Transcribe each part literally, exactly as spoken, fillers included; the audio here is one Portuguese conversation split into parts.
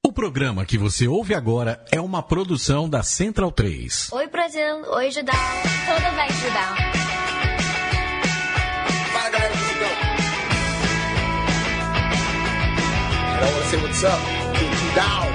O programa que você ouve agora é uma produção da Central três. Oi, Brasil. Oi, Judão. Tudo bem, Judão? Fala, galera do Judão. I don't want to say what's up. Judão.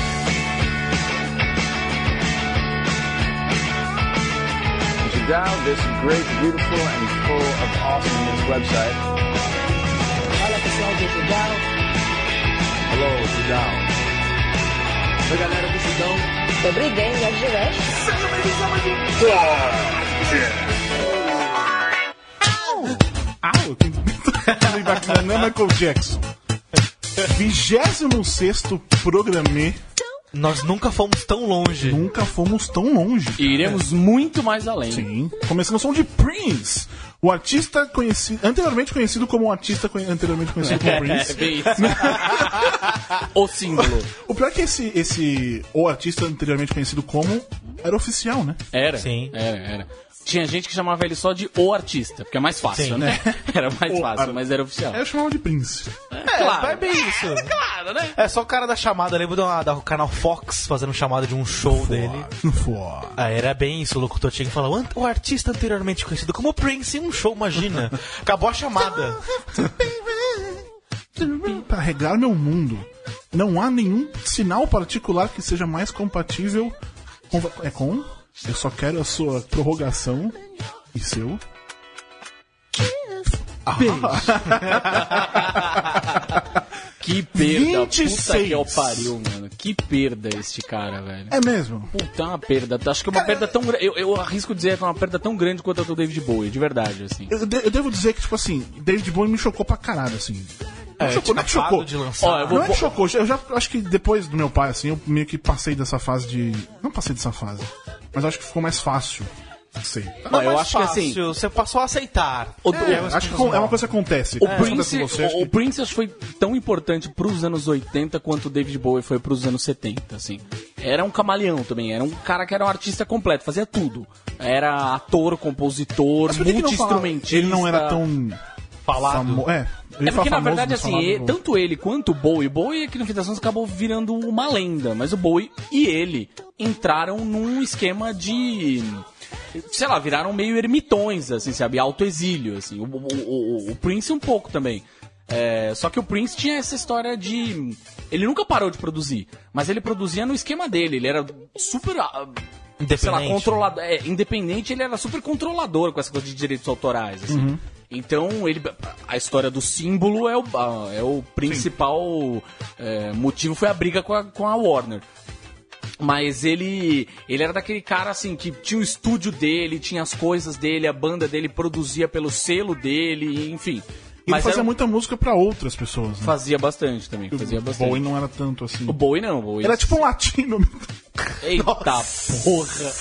Judão, this great, beautiful, and full of awesomeness website. Olha, pessoal do Judão. Hello, Judão. Oi, galera do Judão. Добрый день, я Дживеш. Sejam bem-vindos a mais um Ah, eu tenho que... Não é Michael Jackson. vigésimo sexto Programê. Nós nunca fomos tão longe. Nunca fomos tão longe. E iremos muito mais além. Sim. Começando o som de Prince. O artista conhecido, anteriormente conhecido como um artista conhe- anteriormente conhecido como Prince. É bem isso. O símbolo. O pior é que esse, esse o artista anteriormente conhecido como era oficial, né? Era. Sim. Era, era. Tinha gente que chamava ele só de o artista, porque é mais fácil, Sim. né? Era mais O fácil, ar- mas era oficial. Eu chamava de Prince. É, claro. é bem isso. Claro, né? É só o cara da chamada, lembra do, do canal Fox fazendo chamada de um show dele. Foda. Ah, era bem isso, o locutor tinha que falar "Ant- o artista anteriormente conhecido como Prince em um show, imagina. Acabou a chamada. Para regar meu mundo, não há nenhum sinal particular que seja mais compatível com... É com? Eu só quero a sua prorrogação e seu... Que perda, vinte e puta seis. que é o pariu, mano. Que perda este cara, velho. É mesmo? Puta, é uma perda. Acho que é uma perda tão grande. Eu, eu arrisco dizer que é uma perda tão grande quanto a do David Bowie, de verdade, assim. Eu, de- eu devo dizer que, tipo assim, David Bowie me chocou pra caralho, assim. Não É, chocou, não é que chocou. de lançar. Ó, eu vou- Não é que chocou, eu já acho que depois do meu pai, assim, eu meio que passei dessa fase de... Não passei dessa fase, mas acho que ficou mais fácil. Não sei. Ó, eu Mais acho que assim. fácil, você passou a aceitar. O, É, o- acho que é uma coisa que acontece. O É, Prince, acontece com você, acho o, o que- Prince acho que foi tão importante pros anos oitenta quanto o David Bowie foi pros anos setenta, assim. Era um camaleão também, era um cara que era um artista completo, fazia tudo. Era ator, compositor, Mas por que que não falava- multi-instrumentista. Ele não era tão... Falado. Famo... É, eu ia É porque, falar na famoso, verdade, mas assim, falava- e- tanto ele quanto o Bowie, o Bowie, que no fim das contas acabou virando uma lenda, mas o Bowie e ele entraram num esquema de... sei lá, viraram meio ermitões, assim, sabe? Autoexílio, assim. O, o, o, o Prince um pouco também. É, só que o Prince tinha essa história de... ele nunca parou de produzir, mas ele produzia no esquema dele. Ele era super... ah, sei lá, Independente. controlador. É, independente, ele era super controlador com essa coisa de direitos autorais, assim. Então, ele, a história do símbolo é o, a- é o principal é, motivo, foi a briga com a, com a Warner. Mas ele ele era daquele cara, assim, que tinha o estúdio dele, tinha as coisas dele, a banda dele produzia pelo selo dele, enfim. Ele Mas fazia era- muita música pra outras pessoas, né? fazia bastante também, fazia O bastante. Bowie não era tanto assim. O Bowie não, o Bowie... Era tipo um latino. Eita porra!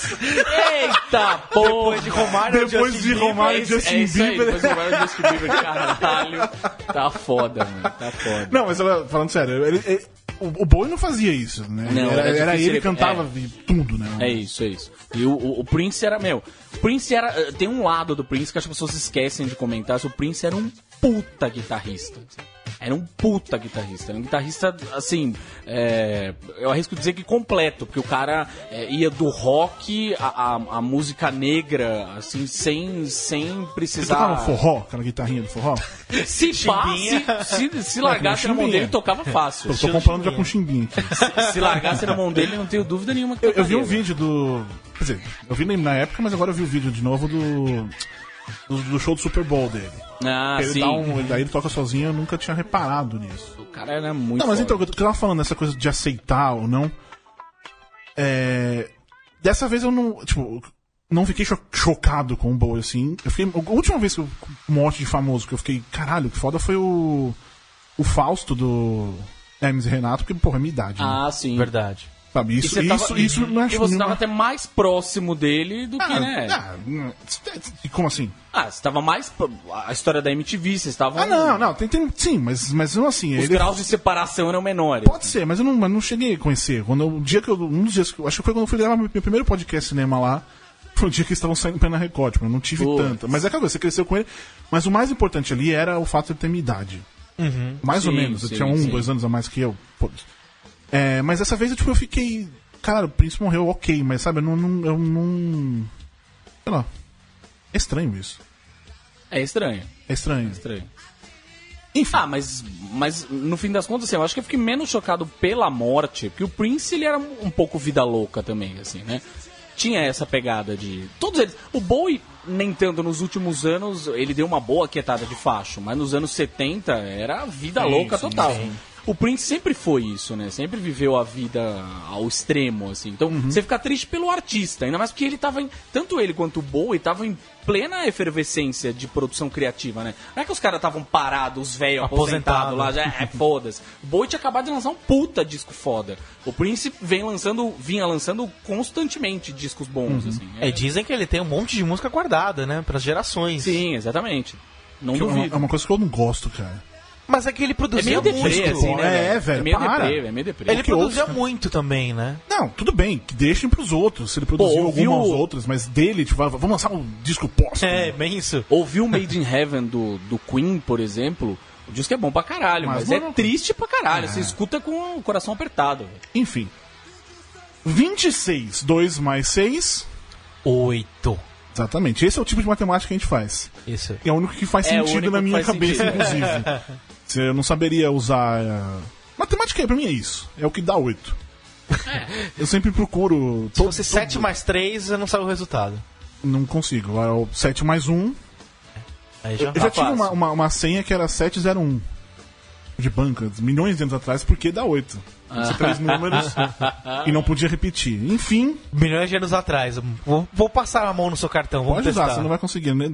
Eita porra! Depois de Romário, Depois Justin de Bieber, Romário É e isso, Justin é isso aí, Bieber. depois do Romário e Justin Bieber, caralho. Tá foda, mano, tá foda. Não, mas ela- falando sério, ele, ele- o, o Bowie não fazia isso, né? Não, era, era era difícil, ele que cantava é. e tudo, né? É isso, é isso. E o, o, o Prince era, meu, o Prince era, eh, tem um lado do Prince que as pessoas esquecem de comentar, o Prince era um puta guitarrista. Era um puta guitarrista. Era um guitarrista, assim, é, eu arrisco dizer que completo, porque o cara é, ia do rock à, à, à música negra, assim, sem, sem Ele precisar... tocava forró, aquela guitarrinha do forró. Se Chimbinha. passe, se, se Não, largasse na mão chimbinha. dele, tocava fácil. Eu tô comparando já com o Chimbinha aqui. Se largasse na mão dele, não tenho dúvida nenhuma que Eu, eu vi um tocaria. vídeo do... Quer dizer, eu vi na época, mas agora eu vi o vídeo de novo do... Do, do show do Super Bowl dele. Ah, ele sim. dá um, daí ele toca sozinho, eu nunca tinha reparado nisso. O cara era muito Não, mas foda. então, o que eu tava falando, essa coisa de aceitar ou não. É... Dessa vez eu não. Tipo, não fiquei cho- chocado com o Bowie, assim. Eu fiquei. A última vez que eu. Um monte de famoso que eu fiquei. Caralho, que foda foi o. O Fausto do. Hermes e Renato, porque, porra, é minha idade. Né? Ah, sim. Verdade. Sabe? E Isso, você tava- isso, isso não E acho você nenhuma- tava até mais próximo dele do que, Ah, né? ah, não. E como assim? Ah, você tava mais... pro- A história da M T V, vocês estavam... Ah, não, não, tem, tem, sim, mas, mas não assim. Os ele- graus de separação eram menores. Pode ser, mas eu não, mas não cheguei a conhecer. Quando eu, um dia que eu, um dos dias que eu, acho que foi quando eu fui gravar meu, meu primeiro podcast de cinema lá, foi um dia que eles estavam saindo pela Record, tipo, eu não tive Putz. tanta. Mas é aquela coisa, você cresceu com ele. Mas o mais importante ali era o fato de ele ter minha idade. Mais ou Sim, menos, eu sim, tinha um, sim. dois anos a mais que eu. Pô. É, mas dessa vez eu, tipo, eu fiquei... Cara, o Prince morreu, ok, mas sabe, eu não... não eu não... Sei lá. É estranho isso. É estranho. É estranho. É estranho. Enfim. Ah, mas, mas no fim das contas, assim, eu acho que eu fiquei menos chocado pela morte, porque o Prince, ele era um pouco vida louca também, assim, né? Tinha essa pegada de... Todos eles... O Bowie, nem tanto nos últimos anos, ele deu uma boa quietada de facho, mas nos anos setenta era vida Sim, louca sim, total. sim. O Prince sempre foi isso, né? Sempre viveu a vida ao extremo, assim. Então, você fica triste pelo artista, ainda mais porque ele tava em... Tanto ele quanto o Bowie estavam em plena efervescência de produção criativa, né? Não é que os caras estavam parados, os velhos aposentados Aposentado. lá, já é, foda-se. O Bowie tinha acabado de lançar um puta disco foda. O Prince vem lançando, vinha lançando constantemente discos bons, assim. É, dizem que ele tem um monte de música guardada, né? Pras gerações. Sim, exatamente. Não Que é uma- duvido. é uma coisa que eu não gosto, cara. Mas é que ele É produzia meio muito. deprê, assim, né? É, velho, É meio para. deprê, é meio deprê. Ele que produzia ouço, muito também, né? Não, tudo bem, que deixem pros outros. Se ele produziu Pô, ouviu- algumas outras, mas dele, tipo, ah, vamos lançar um disco póstumo. É, bem isso. Ouvir o Made in Heaven do, do Queen, por exemplo, o disco é bom pra caralho, Mas mas, não- é triste pra caralho. Você escuta com o coração apertado. velho. Enfim. vinte e seis, dois mais seis. Oito. Exatamente, esse é o tipo de matemática que a gente faz. Isso. E é o único que faz É o sentido único na que minha faz cabeça, sentido. inclusive. Se eu não saberia usar. Uh... Matemática pra mim é isso. É o que dá oito. Eu sempre procuro. Se fosse sete mais três, você não sabe o resultado. Não consigo. É o sete mais um. Aí já Eu já tive fácil. uma, uma, uma senha que era sete zero um. De banca, milhões de anos atrás, porque dá oito. São três números e não podia repetir. Enfim, Milhões de anos atrás. Vou, vou passar a mão no seu cartão, vamos pode usar, testar. você não vai conseguir, né?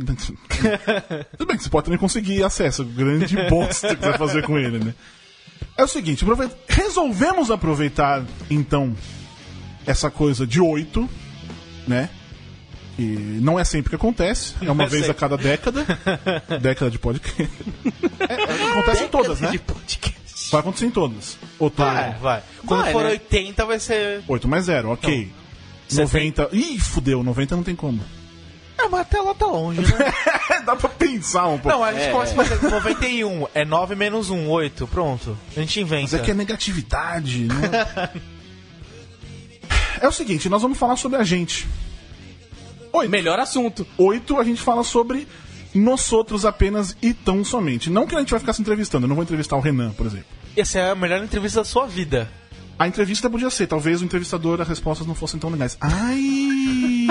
Tudo bem que você pode também conseguir acesso. Grande bosta que você vai fazer com ele, né? É o seguinte, aprove- resolvemos aproveitar, então, essa coisa de oito, né? E não é sempre que acontece, é uma é vez a sempre. cada década. Década de podcast. É, é, acontece em todas, né? De podcast. Vai acontecer em todas. Ou tô... Vai, vai. Quando Vai, for né? oitenta, vai ser. oito mais zero, ok. noventa. Ih, fudeu, noventa não tem como. Ah, mas até lá tá longe, né? Dá pra pensar um pouco. Não, a gente É, começa a fazer noventa e um. É nove menos um, oito. Pronto. A gente inventa. Mas é que é negatividade, né? É o seguinte, nós vamos falar sobre a gente. Oito. Melhor assunto. Oito, a gente fala sobre nós outros apenas e tão somente. Não que a gente vai ficar se entrevistando, eu não vou entrevistar o Renan, por exemplo. Essa é a melhor entrevista da sua vida. A entrevista podia ser, talvez o entrevistador, as respostas não fossem tão legais. Ai!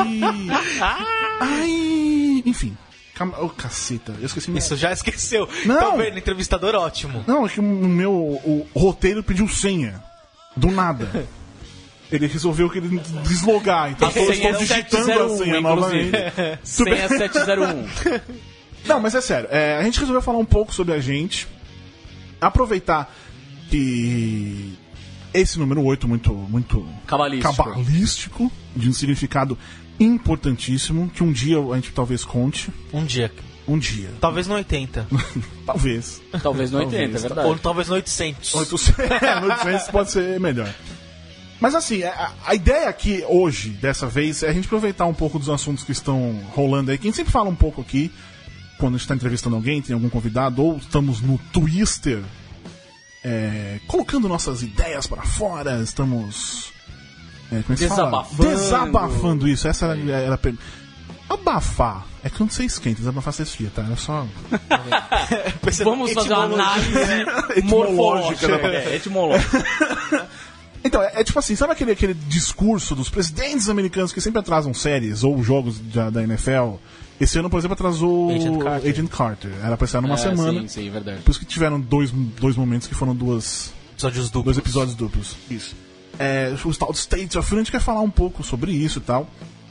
Ai! Enfim. Calma, oh, caceta, eu esqueci meu... Isso já esqueceu. Não. Tá vendo? Entrevistador ótimo. Não, é que o meu o, o roteiro pediu senha. Do nada. Ele resolveu que ele deslogar, então A eu senha estou é digitando a sete zero um, senha inclusive. novamente. Senha sete zero um. Não, mas é sério, é, a gente resolveu falar um pouco sobre a gente. Aproveitar que esse número oito muito, muito Cabalístico. cabalístico, de um significado importantíssimo, que um dia a gente talvez conte. Um dia. Um dia. Talvez no oitenta. Talvez. Talvez no Talvez. oitenta, é verdade. Ou talvez no oitocentos. oitocentos, é, no oitocentos pode ser melhor. Mas assim, a, a ideia aqui hoje, dessa vez, é a gente aproveitar um pouco dos assuntos que estão rolando aí. Quem sempre fala um pouco aqui, quando a gente está entrevistando alguém, tem algum convidado, ou estamos no Twister, é, colocando nossas ideias para fora, estamos... É, como é que se fala? Desabafando. Desabafando isso. Essa era, era a per- Abafar. É quando você esquenta, desabafar você esfria, tá? É só... Vamos fazer uma análise Etimológica, morfológica. né? É, etimológica. Então, é, é tipo assim, sabe aquele, aquele discurso dos presidentes americanos que sempre atrasam séries ou jogos da, da N F L? Esse ano, por exemplo, atrasou Agent Carter. Agent Carter. Era pra ser numa É, semana. Sim, sim, verdade. Por isso que tiveram dois, dois momentos que foram duas, Episódios duplos. dois episódios duplos. Isso. É, o tal do States of Fury, a gente quer falar um pouco sobre isso e tal.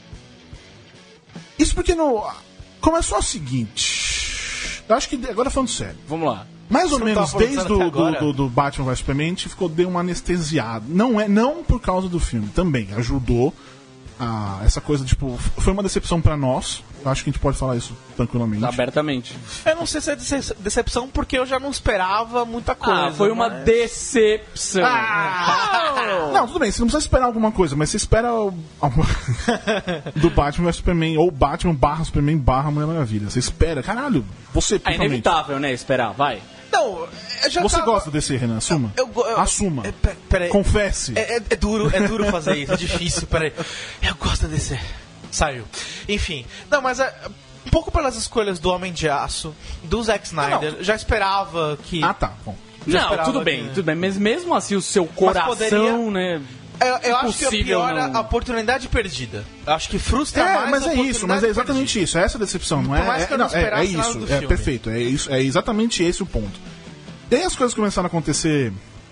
Isso porque no, começou o seguinte. Eu acho que, agora falando sério, Vamos lá. mais ou Você não menos tava falando desde até do, agora? do, do, do Batman vs Superman, a gente ficou, deu uma anestesiada. Não, é, não por causa do filme, também ajudou. A, essa coisa, tipo, foi uma decepção pra nós. Eu acho que a gente pode falar isso tranquilamente. Abertamente. Eu não sei se é dece- decepção, porque eu já não esperava muita coisa. Ah, foi uma mas- decepção. Ah! Não, tudo bem, você não precisa esperar alguma coisa, mas você espera o- alguma- do Batman vs Superman, ou Batman barra Superman barra Mulher Maravilha. Você espera, caralho, você É principalmente. inevitável, né? Esperar, vai. Não, eu já Você tava... gosta do D C, Renan? Assuma. Eu, eu, eu, Assuma. É, pera- peraí. Confesse. É, é, é duro, é duro fazer isso, é difícil, peraí. Eu gosto de D C. Saiu. Enfim. Não, mas é, um pouco pelas escolhas do Homem de Aço, do Zack Snyder, Não, já esperava que... Ah, tá. Bom. Já Não, esperava tudo bem, que- tudo bem. Mas mesmo assim, o seu coração, poderia- né? Eu, eu acho que é Impossível pior a, não- a oportunidade perdida. Eu acho que frustra É, mais mas a é isso, mas é exatamente perdida. isso. É essa a decepção, não Por é? mais que é, eu não não, é, é esperasse nada isso, do é filme. perfeito. É, isso, é exatamente esse o ponto. E aí as coisas começaram a acontecer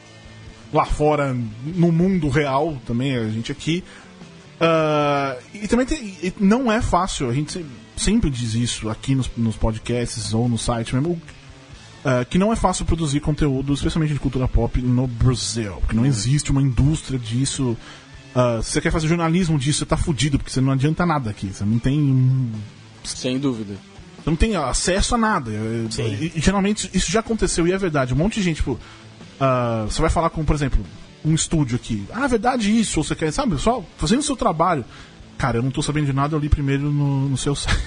lá fora, no mundo real também, a gente aqui. Ah, e também tem, e não é fácil, a gente sempre diz isso aqui nos, nos podcasts ou no site mesmo, ah, que não é fácil produzir conteúdo, especialmente de cultura pop, no Brasil. Porque não existe uma indústria disso. Ah, se você quer fazer jornalismo disso, você tá fudido, porque você não adianta nada aqui. Você não tem. um- Sem dúvida. Você não tem acesso a nada. E, e, geralmente isso já aconteceu, e é verdade. Um monte de gente, tipo. ah, você vai falar com, por exemplo, um estúdio aqui. Ah, é verdade isso, ou você quer, sabe, só fazendo o seu trabalho. Cara, eu não tô sabendo de nada, eu li primeiro no, no seu site.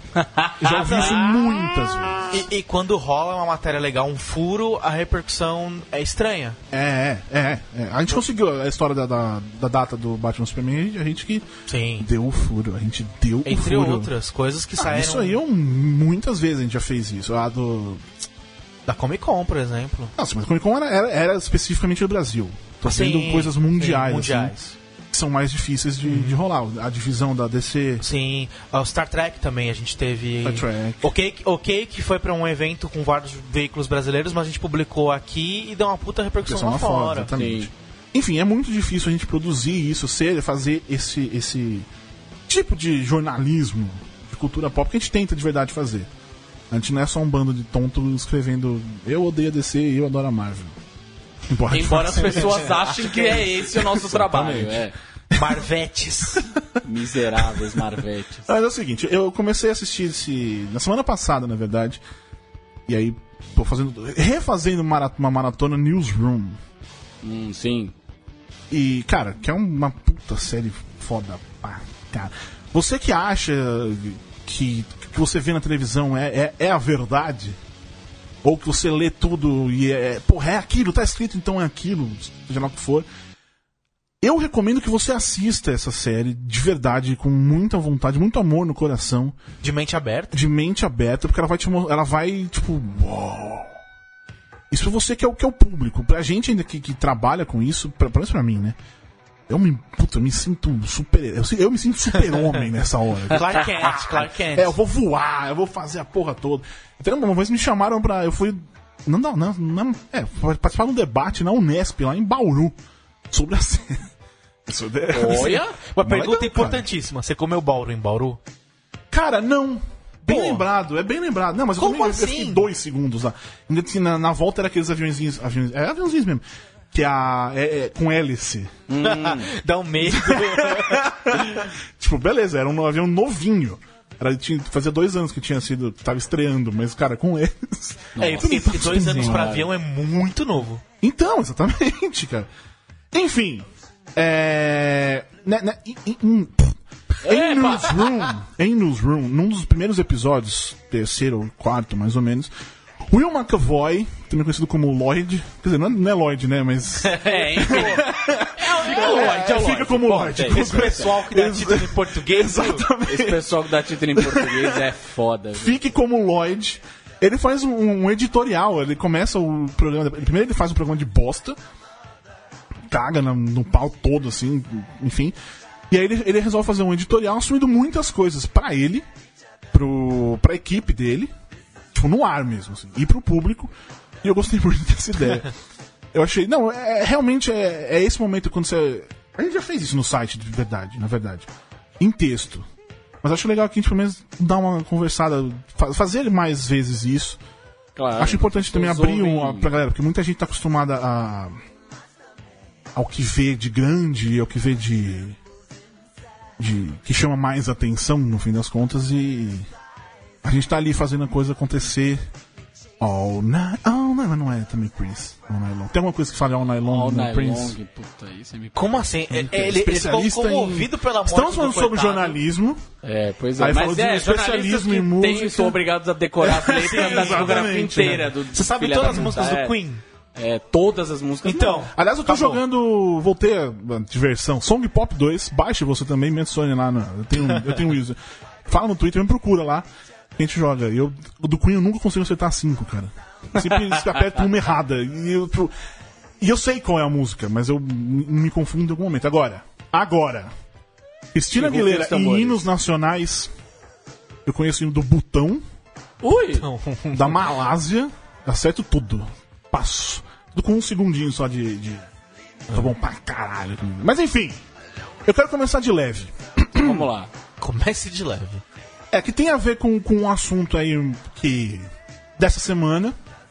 Já ouvi isso muitas vezes. E, e quando rola uma matéria legal, um furo, a repercussão é estranha. É, é, é, é. A gente conseguiu a história da, da, da data do Batman Superman, a gente que Sim. deu o furo. A gente deu Entre o furo. outras coisas que Ah, saíram isso aí, eu, muitas vezes a gente já fez isso. A do. da Comic Con, por exemplo. Nossa, mas a Comic Con era, era, era especificamente do Brasil. Tô vendo Sim, coisas mundiais. sim, assim, mundiais. que são mais difíceis de, de rolar. A divisão da D C. Sim, o Star Trek também, a gente teve... Star Trek. Ok, ok que foi pra um evento com vários veículos brasileiros, mas a gente publicou aqui e deu uma puta repercussão Pessoal lá lá fora, fora. exatamente. Sim. Enfim, é muito difícil a gente produzir isso, ser, fazer esse, esse tipo de jornalismo de cultura pop que a gente tenta de verdade fazer. A gente não é só um bando de tonto escrevendo eu odeio a D C e eu adoro a Marvel. Embora, Embora as pessoas achem que é esse o nosso trabalho. É. Marvetes. Miseráveis Marvetes. Mas é o seguinte, eu comecei a assistir esse. Na semana passada, na verdade. E aí, tô fazendo. refazendo mara- uma maratona Newsroom. Hum, sim. E, cara, que é uma puta série foda. Pá, cara. Você que acha que que você vê na televisão é, é, é a verdade, ou que você lê tudo e é. Porra, é aquilo, tá escrito, então é aquilo, seja lá o que for. Eu recomendo que você assista essa série de verdade, com muita vontade, muito amor no coração, De mente aberta. de mente aberta, porque ela vai te mo- ela vai, tipo, uau. Isso pra você que é o que é o público. Pra gente ainda que, que trabalha com isso, pra, pelo menos pra mim, né? Eu me, puta, eu me sinto super. Eu, eu me sinto super-homem nessa hora. Clark Kent, Clark Kent. É, eu vou voar, eu vou fazer a porra toda. Então, uma vez me chamaram pra. Eu fui. Não, não, não. não é, participar de um debate na Unesp, lá em Bauru, sobre a série. Isso é- Olha, Uma Não, pergunta legal, importantíssima. Você comeu Bauru em Bauru? Cara, não. Bem Pô. lembrado, é bem lembrado. Não, mas eu, Como também, eu- assim? eu fiquei dois segundos lá. Ainda tinha- na, na volta era aqueles aviãozinhos. aviões, é aviãozinhos mesmo. Que a. É, é, com hélice. Dá um medo. Tipo, beleza, era um avião novinho. Era, tinha, fazia dois anos que tinha sido. Que tava estreando, mas, cara, com eles. É, Nossa, e, e dois anos pra senhora. avião é muito novo. Então, exatamente, cara. Enfim. É. Né, né, em, em, em- em Newsroom, em Newsroom, num dos primeiros episódios, terceiro ou quarto, mais ou menos, Will McAvoy, também conhecido como Lloyd, quer dizer, não é, não é Lloyd, né, mas É, enfim. É, é o Lloyd, é o fica Lloyd. como Bom, Lloyd. é, Esse pessoal que dá título em português. Esse pessoal que dá título em português é foda. Viu? fique como Lloyd. Ele faz um, um editorial, ele começa o programa, primeiro ele faz um programa de bosta, caga no, no pau todo, assim, enfim. E aí ele, ele resolve fazer um editorial assumindo muitas coisas pra ele, pro, pra equipe dele, tipo, no ar mesmo, assim, e pro público. E eu gostei muito dessa ideia. Eu achei, não, é, realmente é, é esse momento quando você... A gente já fez isso no site, de verdade, na verdade. Em texto. Mas acho legal que a gente pelo menos dá uma conversada, fa- fazer mais vezes isso. Claro, Acho importante também as abrir ouvem- uma, pra galera, porque muita gente tá acostumada a ao que vê de grande, ao que vê de, de que chama mais atenção no fim das contas, e a gente tá ali fazendo a coisa acontecer all night, all night. Não, mas não é também Prince. All Night Long. Tem alguma coisa que fala All Night Long All no Night Prince? Long, puta, aí você me... Como assim? É, é, ele, ele ficou Especialista comovido em... pela morte Estamos do falando sobre coitado. jornalismo. É, pois é. Aí falou Mas de é, especialismo em jornalistas que música. têm, são obrigados a decorar as letras da discografia exatamente, inteira. né? Do, Você sabe filha todas da as puta, músicas é. do Queen? É, todas as músicas. Então, Não. Aliás, eu tô acabou. jogando. Voltei a a diversão. Song Pop dois. Baixe você também, mencione lá. No, eu tenho eu tenho um user. Fala no Twitter, me procura lá. A gente joga. Eu, o do Queen eu nunca consigo acertar cinco, cara. Sempre aperto uma errada. E eu, tipo, e eu sei qual é a música, mas eu me me confundo em algum momento. Agora. Agora. Cristina Rufem Aguilera os e tambores. hinos nacionais. Eu conheço o hino do Butão, Ui! da Malásia. Acerto tudo. Passo. Tudo com um segundinho só de. de... Tá bom pra caralho. Mas enfim. Eu quero começar de leve. Vamos lá. Comece de leve. É, que tem a ver com, com um assunto aí que. Dessa semana.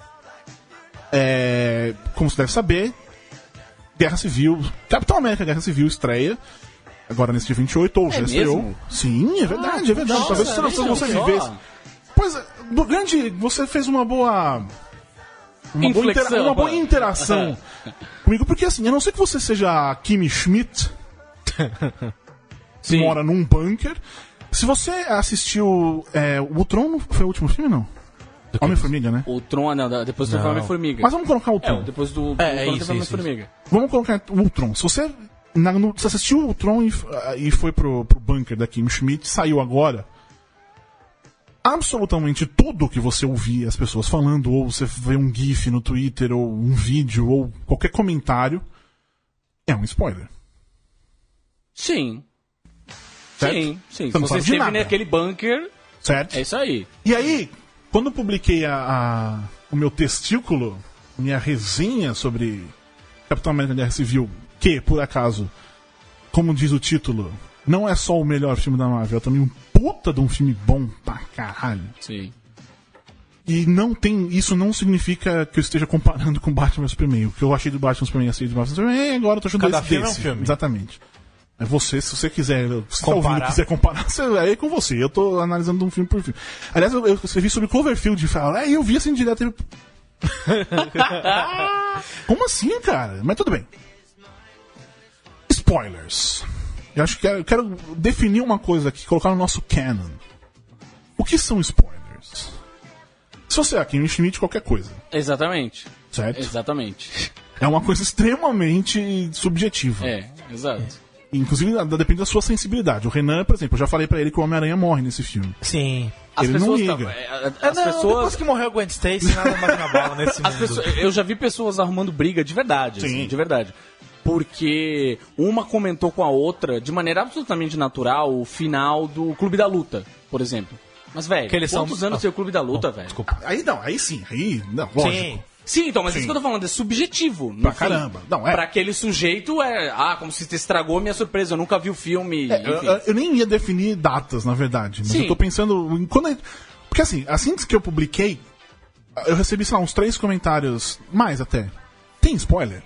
É. Como você deve saber. Guerra Civil. Capitão América Guerra Civil estreia. Agora nesse dia vinte e oito, ou já É estreou. mesmo? Sim, é verdade, é verdade. Nossa, Talvez você não veja você só. vivesse. Pois é, do grande. Você fez uma boa. Uma boa, Inflexão, intera- uma boa mano. interação comigo, porque assim, a não ser que você seja a Kimi Schmidt, que Sim. mora num bunker. Se você assistiu. É, o Ultron não foi o último filme, não? Homem-Formiga, né? O Tron, não, da- depois do Não. Homem-Formiga. Mas vamos colocar o É, Ultron. depois do, do É, é Tron isso, teve isso, Homem-Formiga. Vamos colocar o Ultron. Se você, na, no, você assistiu o Ultron e, f- e foi pro, pro bunker da Kim Schmidt, saiu agora. Absolutamente tudo que você ouvir as pessoas falando, ou você vê um GIF no Twitter, ou um vídeo, ou qualquer comentário, é um spoiler. Sim. Certo? Sim, sim. Você Se não você sabe de esteve nada. naquele bunker, Certo? é isso aí. E aí, quando eu publiquei a, a- o meu testículo, minha resenha sobre Capitão América Guerra Civil, que, por acaso, como diz o título, não é só o melhor filme da Marvel, é também um puta de um filme bom pra caralho. Sim. E não tem, isso não significa que eu esteja comparando com Batman e Superman. O que eu achei do Batman e Superman assim, de Batman e Superman, é, agora eu tô achando Cada esse filme é um desse. filme. Exatamente. É você, se você quiser, se tá Comparar. ouvindo, quiser comparar, você, aí é com você. Eu tô analisando um filme por filme. Aliás, eu, eu escrevi sobre Cloverfield e falei, é, eu vi assim direto. e- Como assim, cara? Mas tudo bem. Spoilers. Eu acho que eu quero definir uma coisa aqui, colocar no nosso canon. O que são spoilers? Se você é aqui em Schmidt, qualquer coisa, Exatamente. certo? Exatamente. É uma coisa extremamente subjetiva. É, exato. Inclusive, da- depende da sua sensibilidade. O Renan, por exemplo, eu já falei pra ele que o Homem-Aranha morre nesse filme. Sim. As Ele não pessoas. liga. tam- é, a- É, As não, pessoas. Depois que morreu o Gwen Stacy, nada mais na bola nesse mundo. As pessoas, eu já vi pessoas arrumando briga de verdade, Sim. assim, de verdade. Porque uma comentou com a outra, de maneira absolutamente natural, o final do Clube da Luta, por exemplo. Mas, velho, Que eles quantos são- anos tem o Clube da Luta, velho? Desculpa. Aí não, aí sim, aí, não, lógico. Sim. Sim, então, mas Sim. isso que eu tô falando é subjetivo. no Pra fim. caramba. Não, é. Pra aquele sujeito é. Ah, como se te estragou minha surpresa, eu nunca vi o filme. É, eu, enfim. eu- eu nem ia definir datas, na verdade. Mas Sim. eu tô pensando. em Quando eu- porque assim, assim que eu publiquei, eu recebi, sei lá, uns três comentários, mais até. Tem spoiler?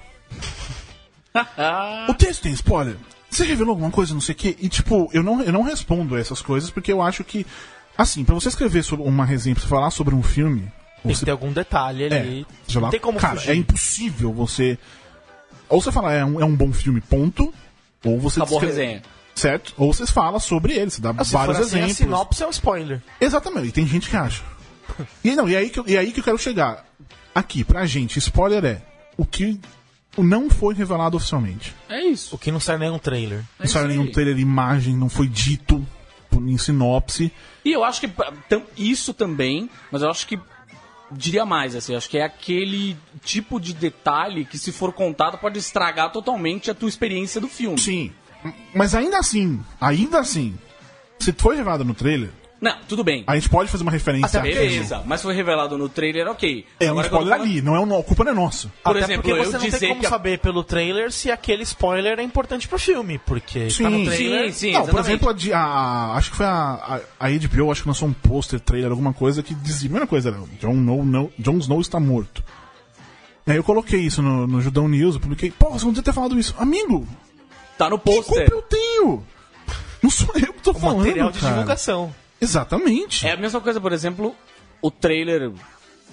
O texto tem spoiler? Você revelou alguma coisa, não sei o quê? E tipo, eu não, eu não respondo essas coisas porque eu acho que. Assim, pra você escrever sobre uma resenha, pra você falar sobre um filme. Tem você que ter algum detalhe ali. É, sei lá, Não tem como cara, fugir. é impossível você. Ou você fala, é um, é um bom filme, ponto. Ou você Acabou a descreve- resenha. Certo? Ou você fala sobre ele, você dá Ah, se vários for assim, exemplos. a sinopse é um spoiler. Exatamente, e tem gente que acha. E, não, e, aí que, eu- e aí que eu quero chegar. Aqui, pra gente, spoiler é o que não foi revelado oficialmente. É isso. O que não sai nenhum trailer. É Não saiu isso nenhum aí. trailer, imagem, não foi dito por- em sinopse. E eu acho que pa- tam- isso também, mas eu acho que diria mais, assim, eu acho que é aquele tipo de detalhe que se for contado pode estragar totalmente a tua experiência do filme. Sim. Mas ainda assim, ainda assim, se foi revelado no trailer, Não, tudo bem. a gente pode fazer uma referência Até àquilo. Beleza, mas foi revelado no trailer, ok. É um Agora que eu tô spoiler falando- ali, não é um, a culpa não é nossa. Por Até exemplo, porque eu você não dizer tem como que a- saber pelo trailer se aquele spoiler é importante pro filme, porque Sim, tá no trailer. Sim, sim, não, por exatamente. exemplo, a, de- a- acho que foi a, a, a H B O, acho que lançou um pôster, trailer, alguma coisa que dizia a mesma coisa, era, Jon Snow, não, Jon Snow está morto. E aí eu coloquei isso no, no Judão News, eu publiquei, pô, você não devia ter falado isso. Amigo, Tá no que culpa pôster. eu tenho? Não sou eu que tô O falando, material de cara. divulgação. Exatamente. É a mesma coisa, por exemplo, o trailer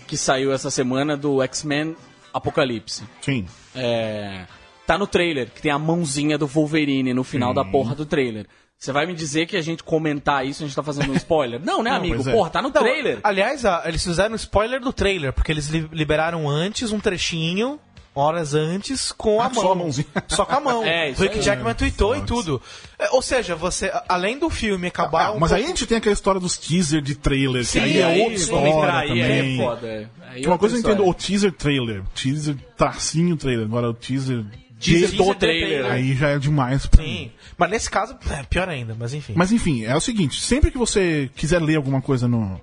que saiu essa semana do X-Men Apocalipse. Sim. É, tá no trailer, que tem a mãozinha do Wolverine no final da porra do trailer. Você vai me dizer que a gente comentar isso, a gente tá fazendo um spoiler? Não, né, Não, amigo? pois é. Porra, tá no Não, trailer. aliás, a- eles fizeram um spoiler do trailer, porque eles li- liberaram antes um trechinho, horas antes, com a Ah, mão. só a mãozinha. Só com a mão. É, isso o Rick aí. Jackman tweetou e Foda-se. tudo. É, ou seja, você, a- além do filme acabar Ah, um mas aí a pouco- gente tem aquela história dos teaser de trailer, Sim, que aí é aí outra vamos história entrar aí, também. é foda. Aí Que uma coisa eu outra entendo, o história. teaser trailer, teaser tracinho trailer, agora o teaser... Teaser de- do trailer. Aí já é demais pra mim. Sim. Mas nesse caso, é pior ainda, mas enfim. Mas enfim, é o seguinte, sempre que você quiser ler alguma coisa no,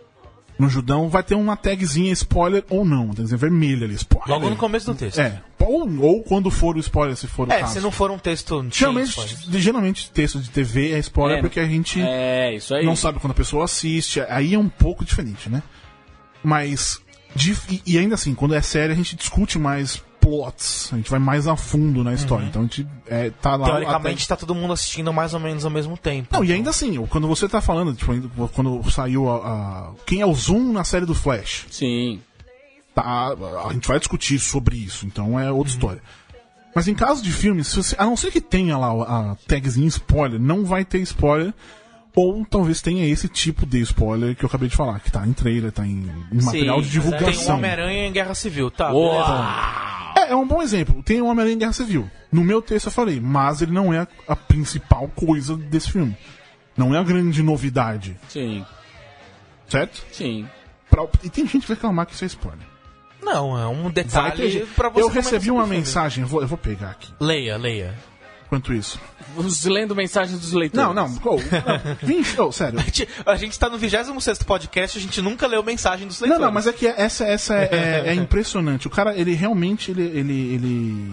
no Judão, vai ter uma tagzinha spoiler ou não, quer dizer, vermelha ali, spoiler. Logo no começo do texto. É, ou, ou quando for o spoiler, se for o É, caso. se não for um texto... cheio de Geralmente, spoilers. geralmente texto de T V é spoiler É, porque a gente É, isso aí. não sabe quando a pessoa assiste, aí é um pouco diferente, né? Mas, de- e, e ainda assim, quando é série, a gente discute mais plots, a gente vai mais a fundo na história, então a gente é, tá lá... Teoricamente, até- tá todo mundo assistindo mais ou menos ao mesmo tempo. Não, e ainda assim, quando você tá falando, tipo, ainda- quando saiu a, a- quem é o Zoom na série do Flash, Sim. tá, a gente vai discutir sobre isso, então é outra história. Mas em caso de filme, se você, a não ser que tenha lá a tagzinha spoiler, não vai ter spoiler, ou talvez tenha esse tipo de spoiler que eu acabei de falar, que tá em trailer, tá em, em material de mas é- Tem um divulgação. Homem-Aranha em Guerra Civil, tá? Boa. beleza. É, é um bom exemplo. Tem o Homem-Aranha em Guerra Civil. No meu texto eu falei, mas ele não é a, a principal coisa desse filme. Não é a grande novidade, Sim. certo? Sim. Pra- e tem gente que vai reclamar que isso é spoiler. Não, é um Vai ter detalhe gente- pra você. Eu comentar recebi sobre uma o filme. mensagem, eu vou, eu vou pegar aqui. Leia, leia. Enquanto isso. Vamos lendo mensagens dos leitores. Não, não, oh, não vim, oh, sério. A gente, a gente tá no vigésimo sexto podcast, a gente nunca leu mensagem dos Não, leitores. não, mas é que essa, essa é, é- é impressionante. O cara, ele realmente, ele, ele, ele,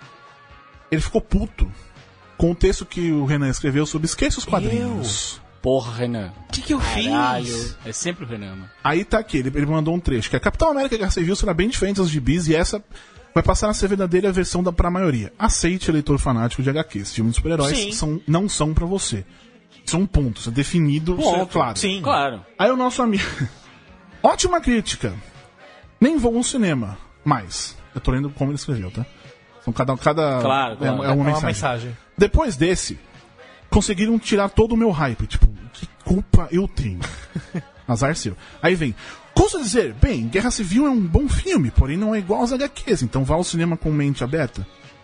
ele ficou puto com o texto que o Renan escreveu sobre Esqueça os Quadrinhos. Porra, Renan. O que, que eu Caralho. fiz? É sempre o Renan, mano. Aí tá aqui, ele, ele mandou um trecho, que a Capitão América Guerra Civil será bem diferente dos gibis e essa vai passar a ser a verdadeira versão da pra maioria. Aceite, leitor fanático de H Qs. Filmes de Sim. super-heróis são, não são pra você. São pontos, é definido, isso é Ponto. claro. Sim. Claro. Aí o nosso amigo... Ótima crítica. Nem vou ao cinema. Mas, eu tô lendo como ele escreveu, tá? São cada... cada Claro, é, claro. é É uma, uma mensagem. mensagem. Depois desse, conseguiram tirar todo o meu hype. Tipo, que culpa eu tenho? Azar seu. Aí vem... Custa dizer, bem, Guerra Civil é um bom filme, porém não é igual aos H Qs, então vá ao cinema com mente aberta.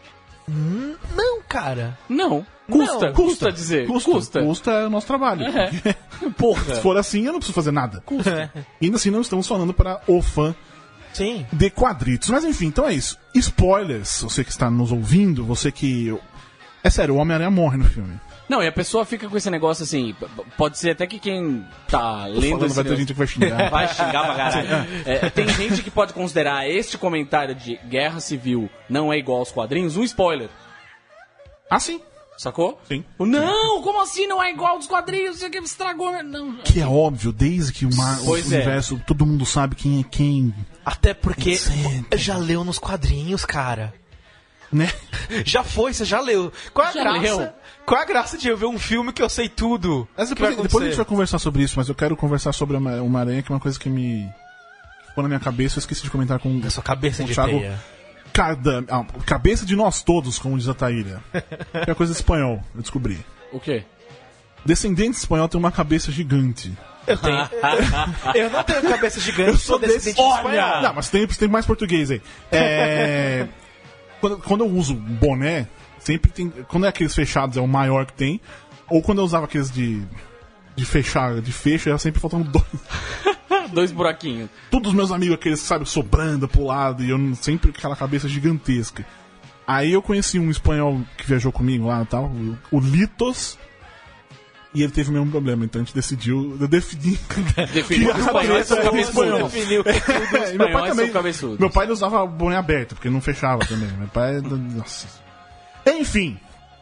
Não, cara. Não. Custa. Não, custa dizer. Custa. Custa. Custa é o nosso trabalho. É. Porque Porra. se for assim, eu não preciso fazer nada. É. E ainda assim, não estamos falando para o fã Sim. de quadritos. Mas enfim, então é isso. Spoilers, você que está nos ouvindo, você que... É sério, o Homem-Aranha morre no filme. Não, e a pessoa fica com esse negócio assim. p- p- Pode ser até que quem tá Tô lendo falando, esse vai ter negócio- gente que vai xingar. Vai xingar pra caralho. É, tem gente que pode considerar este comentário de Guerra Civil não é igual aos quadrinhos um spoiler. Ah, sim. Sacou? Sim. O, Não, como assim não é igual aos quadrinhos? Isso aqui estragou. Não. Que é óbvio, desde que o, mar, o Pois é. universo, todo mundo sabe quem é quem, Até porque Sempre. já leu nos quadrinhos, cara. né? Já foi, você já leu. Qual é a Já graça? leu? Qual é a graça de eu ver um filme que eu sei tudo? Mas que vai depois, depois a gente acontecer? vai conversar sobre isso, mas eu quero conversar sobre uma, uma aranha, que é uma coisa que me ficou na minha cabeça, eu esqueci de comentar com A sua cabeça com o de Thiago. teia. Cada, a cabeça de nós todos, como diz a Taíra. Que é coisa de espanhol, eu descobri. O quê? Descendente espanhol tem uma cabeça gigante. Eu tenho. eu não tenho cabeça gigante, Eu sou descendente desse. de espanhol. Não, mas tem, tem mais português aí. É, quando, quando eu uso boné, sempre tem. Quando é aqueles fechados, é o maior que tem. Ou quando eu usava aqueles de. De fechar, de fecho, era sempre faltando dois. Dois buraquinhos. Todos os meus amigos, aqueles, sabe, sobrando pro lado, e eu não- sempre com aquela cabeça gigantesca. Aí eu conheci um espanhol que viajou comigo lá e tal, o, o Litos, e ele teve o mesmo problema, então a gente decidiu, eu defini. Definiu que o espanhol é seu é cabeçudo. espanhol. Definiu que tudo. É, e meu espanhol pai é também. seu cabeçudo. Meu pai ele usava o boné aberto, porque não fechava também. Meu pai. Nossa. Enfim.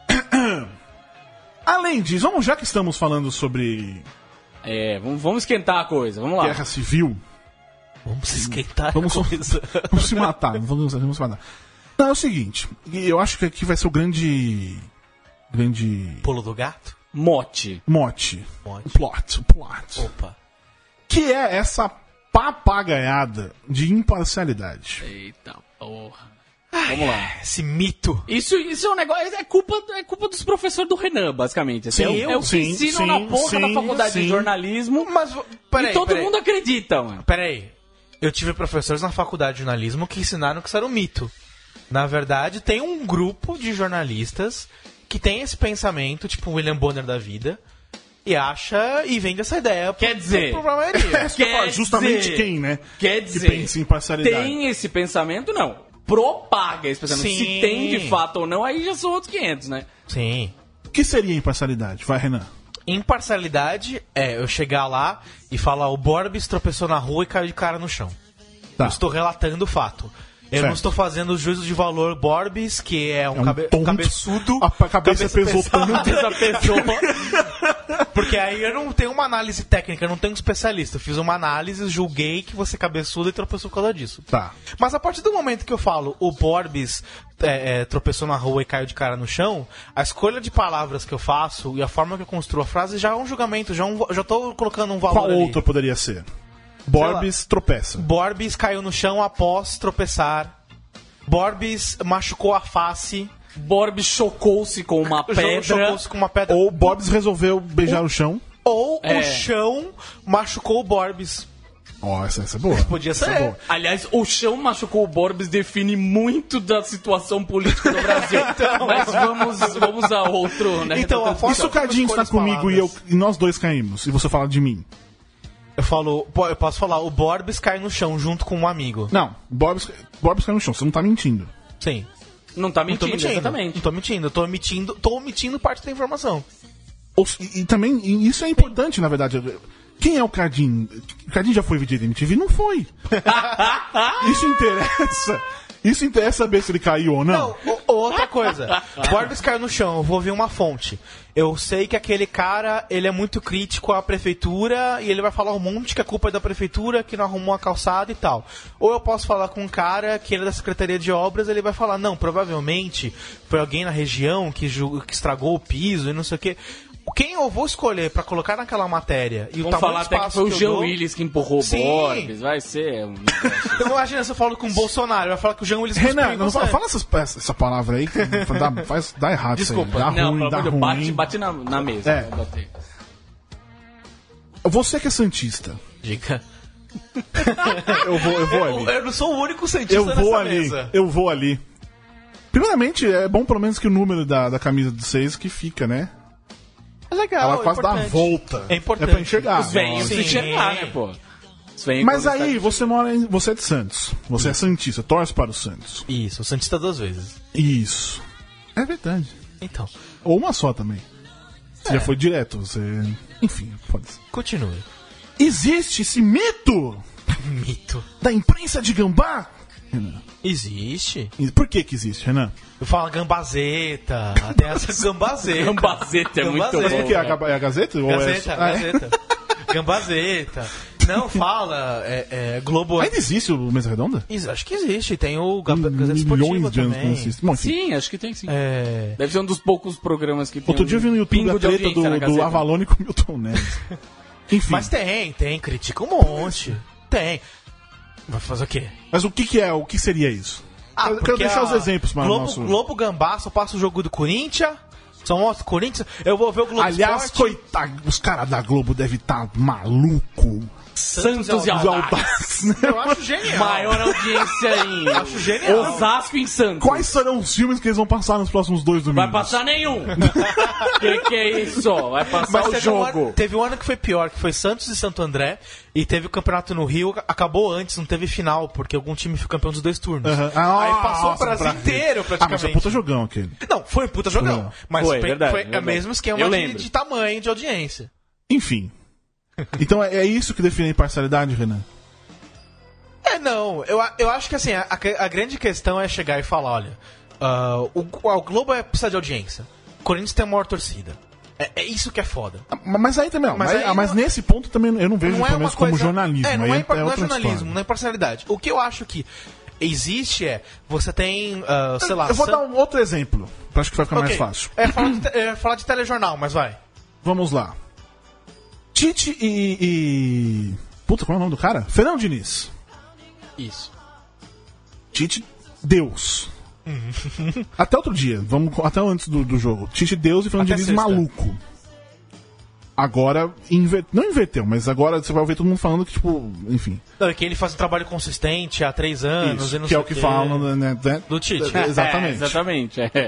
Além disso, vamos, já que estamos falando sobre É, vamos, vamos esquentar a coisa. Vamos lá. guerra civil, Vamos se esquentar. vamos, com isso. vamos se matar. Vamos, vamos se matar. Não, é o seguinte, e eu acho que aqui vai ser o grande. Grande. Pulo do gato? Mote. Mote. Mote. Plot. Plot. Opa. Que é essa papagaiada de imparcialidade. Eita porra. Vamos lá. Esse mito. Isso, isso é um negócio. É culpa, é culpa dos professores do Renan, basicamente. Assim, Sim, é, o- é o que sim, ensinam sim, na porra sim, da faculdade sim. de jornalismo. Mas, peraí, e todo peraí. mundo acredita, mano. Peraí. Eu tive professores na faculdade de jornalismo que ensinaram que isso era um mito. Na verdade, tem um grupo de jornalistas que tem esse pensamento, tipo o William Bonner da vida, e acha e vende essa ideia. Quer pro- dizer- pro- pra maioria. É isso que eu Quer falo, justamente dizer- quem, né? Quer que dizer, pensa em imparcialidade. tem esse pensamento, não. Propaga esse pensamento. Sim. Se tem de fato ou não, aí já são outros quinhentos, né? Sim. O que seria imparcialidade? Vai, Renan. Imparcialidade é eu chegar lá e falar o Borbs tropeçou na rua e caiu de cara no chão. Tá. Eu estou relatando o fato. Eu Certo. não estou fazendo juízo de valor Borbs, que é um, É um cabe- tonto. cabeçudo. A pa- cabeça pesou pesada. tanto. Essa pessoa. Porque aí eu não tenho uma análise técnica, eu não tenho um especialista. Eu fiz uma análise, julguei que você é cabeçudo e tropeçou por causa disso. Tá. Mas a partir do momento que eu falo o Borbs é, é, tropeçou na rua e caiu de cara no chão, a escolha de palavras que eu faço e a forma que eu construo a frase já é um julgamento, já, é um, já tô colocando um valor Qual ali. outra poderia ser? Borbs tropeça. Borbs caiu no chão após tropeçar. Borbs machucou a face. Borb chocou-se com uma pedra. Chocou-se com uma pedra. Ou Borbs resolveu beijar o chão. Ou É. o chão machucou o Borbs. Ó, essa, essa é boa. Podia Essa ser. é boa. Aliás, o chão machucou o Borbs define muito da situação política do Brasil. Mas vamos, vamos a outro, né? Então, a forma E se o como eu Cadinho escolho está as comigo e, eu, palavras? e nós dois caímos, e você fala de mim? Eu falo, pô, eu posso falar, o Borbs cai no chão junto com um amigo. Não, Borbs, Borbs cai no chão, você não tá mentindo. Sim. Não tá Não tô mentindo, mentindo. exatamente. Não tô mentindo. Eu tô omitindo, tô omitindo parte da informação. Ou- E, e também, e isso é importante, na verdade. Quem é o Cadinho? O Cadinho já foi vídeo de M T V? Não foi. Isso interessa. Isso interessa saber se ele caiu ou não. Não, o- outra coisa. Borbs caiu no chão, eu vou ver uma fonte. Eu sei que aquele cara, ele é muito crítico à prefeitura e ele vai falar um monte que a culpa é da prefeitura, que não arrumou a calçada e tal. Ou eu posso falar com um cara que ele é da Secretaria de Obras, ele vai falar, não, provavelmente foi alguém na região que, ju- que estragou o piso e não sei o quê. Quem eu vou escolher pra colocar naquela matéria e o Vamos tamanho falar do até que espaço foi o eu Jean dou- Willis que empurrou o Sim. Borbs. Vai ser um negócio. Eu imagino se eu falo com o Bolsonaro, vai falar que o Jean Willis Renan, cuspiu em não você. fala, fala essas, essa, essa palavra aí, que dá, faz, dá errado Desculpa. isso aí. Dá não, ruim, pelo dá amor de Deus, ruim. bate, bate na, na mesa. É. Vou bater. Você que é santista, Dica. eu vou, eu vou ali. Eu, eu não sou o único cientista Eu vou nessa ali, mesa. eu vou ali. Primeiramente, é bom pelo menos que o número da, da camisa do seis que fica, né? É legal, Ela é quase dá a importante. volta. É importante. É pra enxergar. Os velhos Sim. se enxergar, né, pô? Os velhos Mas quando aí, está- você mora em, você é de Santos. Você é santista, torce para o Santos. Isso, o Santista duas vezes. Isso. É verdade. Então, Ou uma só também. Você já foi direto, você... Enfim, pode ser. continue. Existe esse mito Mito. da imprensa de gambá? Renan. Existe. E por que que existe, Renan? Eu falo gambazeta, tem essa gambazeta. Gambazeta é muito Gambazeta. bom. O que é a, Ga- é a Gazeta? Ou é- Gazeta, Ah, é? Gazeta. Gambazeta. Não, fala, é, é, Globo... Ainda existe o Mesa Redonda? Isso, acho que existe, tem o Gamba- Gazeta Esportiva Milhões de anos que não também. existe. Bom, enfim. Sim, acho que tem sim. É... Deve ser um dos poucos programas que tem. Outro um dia eu vi no YouTube pingo a de treta audiência na do, do Gazeta. Avalone com o Milton Neves. Enfim, Mas tem, tem, critica um monte. Tem. Vai fazer o quê? mas o que que é, o que seria isso? Ah, eu quero porque deixar a os exemplos para o Globo, nosso... Globo Gambá só passa o jogo do Corinthians. São os Corinthians. Eu vou ver o Globo Aliás, Esporte. coitado, os caras da Globo devem estar maluco. Santos e Os Aldax. Aldax, né? Eu acho genial. Maior audiência em Acho genial. Osasco em Santos. Quais serão os filmes que eles vão passar nos próximos dois domingos? Vai passar nenhum. que que é isso? Vai passar Mas o teve um, jogo. ano, teve um ano que foi pior, que foi Santos e Santo André. E teve o campeonato no Rio, acabou antes, não teve final, porque algum time foi campeão dos dois turnos. Aham. Ah, Aí passou nossa, o Brasil pra- inteiro, Ah, mas praticamente. é puta jogão aquele. Não, foi um puta jogão. Mas Foi, foi, verdade, foi verdade. o mesmo esquema Eu de, lembro. de tamanho, de audiência. Enfim. Então é, é isso que define a imparcialidade, Renan? É, não. Eu, a- eu acho que assim, a, a grande questão é chegar e falar, olha, ah, o, o Globo é, precisa de audiência. O Corinthians tem a maior torcida. É, é isso que é foda. Ah, Mas aí também, ó, Mas mas, aí ah, mas não- nesse ponto também eu não vejo Não é pelo uma menos coisa... como jornalismo. É, não aí é, impar- não é outra jornalismo, história. não é imparcialidade. O que eu acho que existe é, você tem, ah, sei lá... Eu vou San- dar um outro exemplo, pra acho que vai ficar Ok. mais fácil. É falar, de, te- é falar de telejornal, mas vai. Vamos lá. Tite e, e Puta, qual é o nome do cara? Fernando Diniz. Isso. Tite, Deus. Até outro dia, vamos até antes do, do jogo. Tite, Deus e Fernando Até Diniz sexta. maluco. Agora, inver... não inverteu, mas agora você vai ouvir todo mundo falando que, tipo, enfim. Não, é que ele faz um trabalho consistente há três anos. Isso, e não que é sei o que falam, né? né? Do Tite. É, exatamente. É, exatamente, é.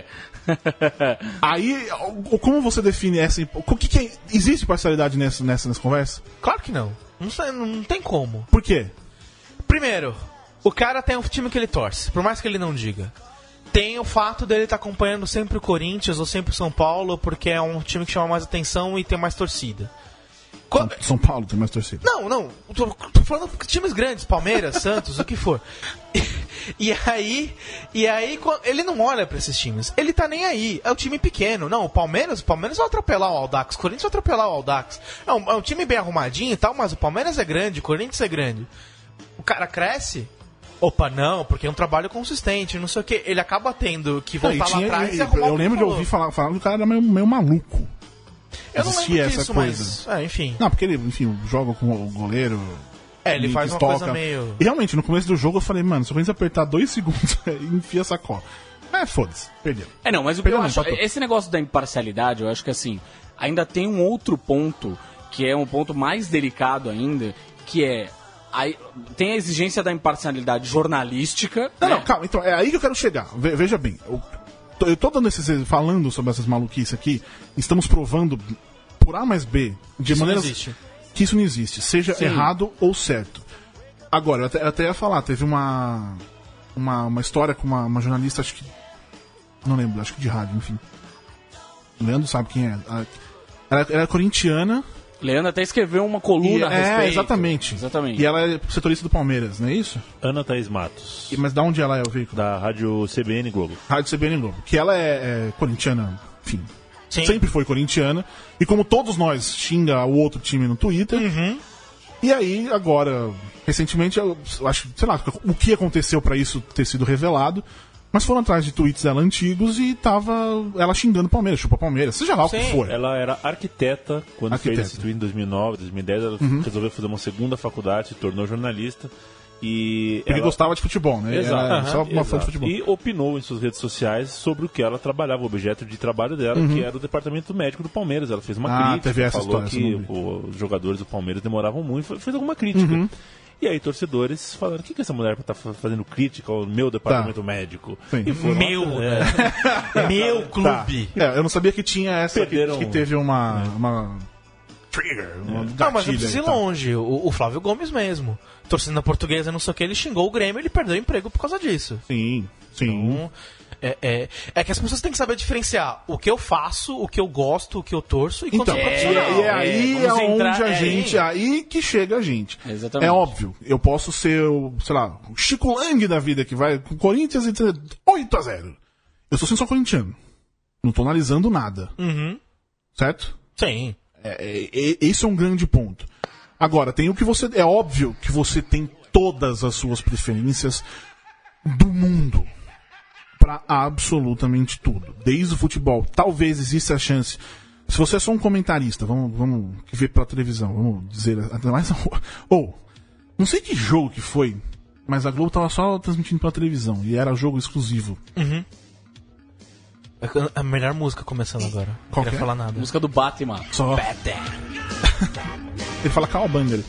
Aí, o- como você define essa. O que, que é... Existe parcialidade nessa, nessa, nessa conversa? Claro que não. Não, sei, não tem como. Por quê? Primeiro, o cara tem um time que ele torce, por mais que ele não diga. Tem o fato dele estar acompanhando sempre o Corinthians ou sempre o São Paulo, porque é um time que chama mais atenção e tem mais torcida. Co- São Paulo tem mais torcida. Não, não. Tô, tô falando de times grandes, Palmeiras, Santos, o que for. E, e aí, e aí co- ele não olha pra esses times. Ele tá nem aí. É um time pequeno. Não, o Palmeiras, o Palmeiras vai atropelar o Audax, o Corinthians vai atropelar o Audax. É um, é um time bem arrumadinho e tal, mas o Palmeiras é grande, o Corinthians é grande. O cara cresce. Opa, não, porque é um trabalho consistente, não sei o que. Ele acaba tendo que Não, e voltar lá tinha- atrás e- e arrumar eu o que lembro de falou. ouvir falar, falar que o cara era meio, meio maluco. Eu não existia lembro essa disso, coisa. mas... É, enfim. Não, porque ele, enfim, joga com o goleiro. É, ele faz uma toca. coisa meio... E realmente, no começo do jogo eu falei, mano, se o Corinthians apertar dois segundos, enfia essa cola. É, foda-se, perdeu. É, não, mas o que Perdão, eu não, acho, empatou. esse negócio da imparcialidade, eu acho que assim, ainda tem um outro ponto, que é um ponto mais delicado ainda, que é, a, tem a exigência da imparcialidade jornalística. Não, né? não, calma, então, é aí que eu quero chegar. Ve- veja bem, eu tô, eu tô dando esses, falando sobre essas maluquices aqui, estamos provando por A mais B, de Isso não maneiras existe. que isso não existe, seja Sim. errado ou certo. Agora, eu até, eu até ia falar, teve uma, uma, uma história com uma, uma jornalista, acho que, não lembro, acho que de rádio, enfim. O Leandro sabe quem é. A- Ela, ela é corintiana. Leandro até escreveu uma coluna E, a respeito. é, exatamente. Exatamente. E ela é setorista do Palmeiras, não é isso? Ana Thaís Matos, E- mas da onde ela é o veículo? da Rádio C B N Globo. Rádio C B N Globo. Que ela é, é corintiana, enfim. Sim. Sempre foi corintiana. E como todos nós, xinga o outro time no Twitter. E aí, agora, recentemente, eu acho, sei lá, o que aconteceu pra isso ter sido revelado. Mas foram atrás de tweets dela antigos e tava ela xingando o Palmeiras, chupa Palmeiras, seja lá o que Sim. for. Ela era arquiteta quando Arquiteta. fez esse tweet em dois mil e nove, dois mil e dez. Ela resolveu fazer uma segunda faculdade, se tornou jornalista. E Porque ela... gostava de futebol, né? Exato. Era Aham. só uma fã de Exato. futebol. E opinou em suas redes sociais sobre o que ela trabalhava, o objeto de trabalho dela, que era o departamento médico do Palmeiras. Ela fez uma Ah, crítica, teve essa falou história, que essa eu não o- os jogadores do Palmeiras demoravam muito, fe- fez alguma crítica. Uhum. E aí torcedores falaram, o que, que essa mulher tá fa- fazendo crítica ao meu departamento médico? Sim. E foram- Meu, É. meu Tá. clube. É, eu não sabia que tinha essa que, Perderam- que teve uma, uma trigger, uma Não, mas gatilho não precisa aí, ir tá. longe. O, o Flávio Gomes mesmo. Torcendo portuguesa, não sei o que, ele xingou o Grêmio e ele perdeu o emprego por causa disso. Sim, sim. Então, é, é, é que as pessoas têm que saber diferenciar o que eu faço, o que eu gosto, o que eu torço e quando Então, sou e, profissional. e é aí vamos é onde entrar- a é, gente, aí que chega a gente. Exatamente. É óbvio, eu posso ser o, sei lá, o Chico Lang da vida que vai com o Corinthians e dizer oito a zero. Eu sou sim só corintiano. Não tô analisando nada. Uhum. Certo? Sim. É, é, é- esse é um grande ponto. Agora, tem o que você. É óbvio que você tem todas as suas preferências do mundo pra absolutamente tudo. Desde o futebol. Talvez exista a chance. Se você é só um comentarista, vamos, vamos ver pela televisão, vamos dizer. Até mais. Ou, não sei que jogo que foi, mas a Globo tava só transmitindo pela televisão. E era jogo exclusivo. A melhor música começando agora. Não Qual queria que é? falar nada. Música do Batman. Só. Ele fala Cowabunga ali.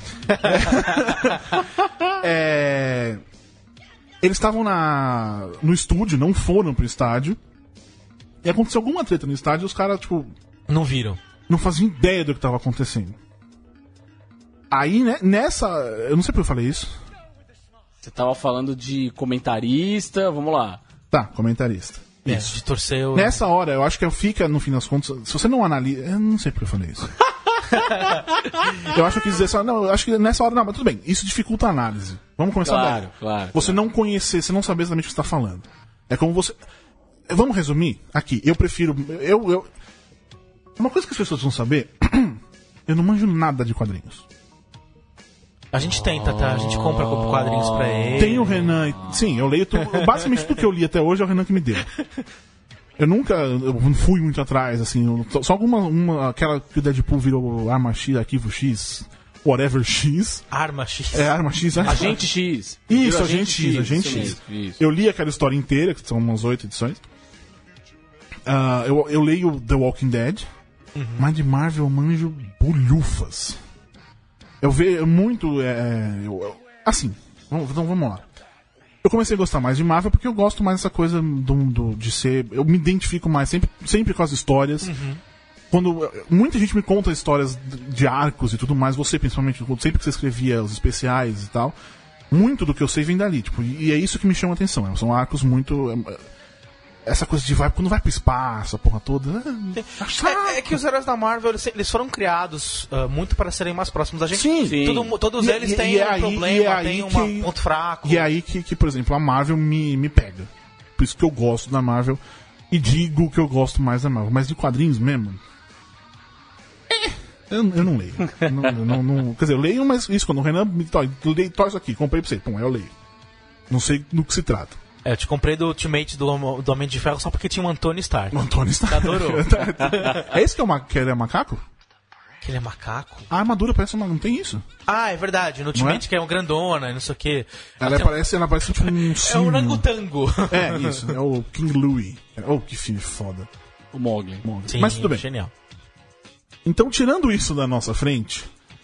É, eles estavam na no estúdio, não foram pro estádio. E aconteceu alguma treta no estádio e os caras, tipo, Não viram. não faziam ideia do que tava acontecendo. Aí, né, nessa. Eu não sei porque eu falei isso. Você tava falando de comentarista, vamos lá. Tá, comentarista. É, de torcer o... Nessa hora, eu acho que fica, no fim das contas, se você não analisa. Eu não sei porque eu falei isso. Eu acho que eu quis dizer só. Não, eu acho que nessa hora, não, mas tudo bem. Isso dificulta a análise. Vamos começar Claro, daí. claro, Você não conhecer, você não saber exatamente o que você está falando. É como você. Vamos resumir aqui. Eu prefiro. Eu, eu... Uma coisa que as pessoas vão saber. Eu não manjo nada de quadrinhos. A gente tenta, tá? A gente compra quadrinhos pra ele. Tem o Renan. Sim, eu leio. Tu, basicamente tudo que eu li até hoje é o Renan que me deu. Eu nunca eu não fui muito atrás, assim. eu- só alguma. Uma, aquela que o Deadpool virou Arma X, Arquivo X. Whatever X. Arma X. É, Arma X, né? Agente X. Isso, Agente Agente X, X, Agente isso X. mesmo, isso. Eu li aquela história inteira, que são umas oito edições. Ah, eu, eu leio The Walking Dead, mas de Marvel eu manjo bolhufas. Eu vejo muito. É, eu- eu- assim, vamos, então vamos lá. Eu comecei a gostar mais de Marvel porque eu gosto mais dessa coisa do, do- de ser. Eu me identifico mais sempre, sempre com as histórias. Quando muita gente me conta histórias de arcos e tudo mais, você principalmente, sempre que você escrevia os especiais e tal, muito do que eu sei vem dali, tipo, e é isso que me chama a atenção. São arcos muito. é, Essa coisa de vai, quando vai pro espaço, a porra toda. É, É, é que os heróis da Marvel, eles, eles foram criados ah, muito para serem mais próximos da gente. Sim. Sim. Todo- todos E- eles e- têm e é um aí- e problema, é aí têm um que- ponto fraco. E é aí que, que, por exemplo, a Marvel me, me pega. Por isso que eu gosto da Marvel e digo que eu gosto mais da Marvel. Mas de quadrinhos mesmo. eh, Eu, eu não leio. não, eu não, não- quer dizer, eu leio, mas isso, quando o Renan me to- eu leio, torce aqui, comprei pra você. Pum, eu leio. Não sei do que se trata. É, eu te comprei do Ultimate do, Homo- do Homem de Ferro só porque tinha um Antônio Stark. O Antônio está. Adorou. É esse que é o ma- que ele é macaco? Que ele é macaco? A armadura parece uma. Não tem isso? Ah, é verdade. No Ultimate que é um grandona e não sei o quê. Ela Até- parece, ela parece tipo um É o sino. Orangotango. É, isso. É o King Louie. Oh, que filme foda. O Mogli. Sim, Mas tudo bem. Genial. Então, tirando isso da nossa frente,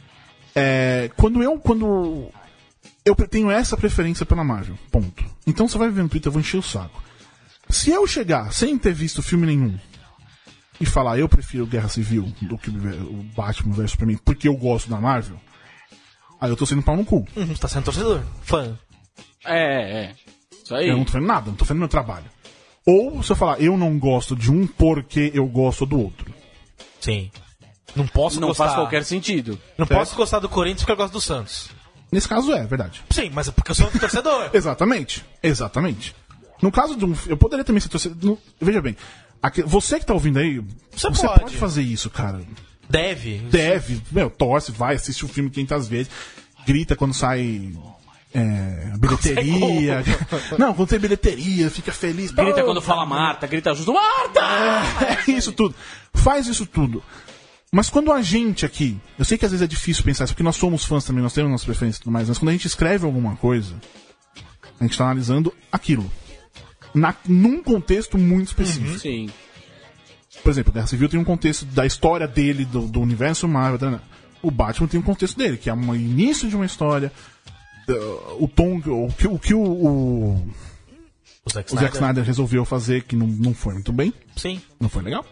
é, quando eu quando eu tenho essa preferência pela Marvel, ponto. Então você vai ver no Twitter, eu vou encher o saco. Se eu chegar sem ter visto filme nenhum e falar eu prefiro Guerra Civil do que o Batman versus Superman porque eu gosto da Marvel, aí eu tô sendo pau no cu. Uhum, você tá sendo torcedor. Fã. É, é. Isso aí. Eu não tô fazendo nada, não tô fazendo meu trabalho. Ou se eu falar eu não gosto de um porque eu gosto do outro. Sim. Não posso Não gostar. faz qualquer sentido. Não Certo. posso gostar do Corinthians porque eu gosto do Santos. Nesse caso é, verdade. Sim, mas é porque eu sou um torcedor. Exatamente, exatamente. No caso de um. Eu poderia também ser torcedor. no- Veja bem, aque- você que tá ouvindo aí, Você você, pode. pode. fazer isso, cara. Deve. Deve, meu, torce, vai, assiste o filme quinhentas vezes, grita quando sai. É, bilheteria. Não, quando tem bilheteria, fica feliz. Grita Oh, quando fala Marta, grita justo, Marta! É isso tudo. Faz isso tudo. Mas quando a gente aqui, eu sei que às vezes é difícil pensar isso, porque nós somos fãs também, nós temos nossas preferências e tudo mais, mas quando a gente escreve alguma coisa, a gente tá analisando aquilo. Na, num contexto muito específico. Sim. Por exemplo, Guerra Civil tem um contexto da história dele, do, do universo Marvel. Tá, né? O Batman tem um contexto dele, que é o início de uma história. uh, o tom, o que o, que o, o, O Zack o Zack Snyder resolveu fazer, que não, não foi muito bem. Sim. Não foi legal?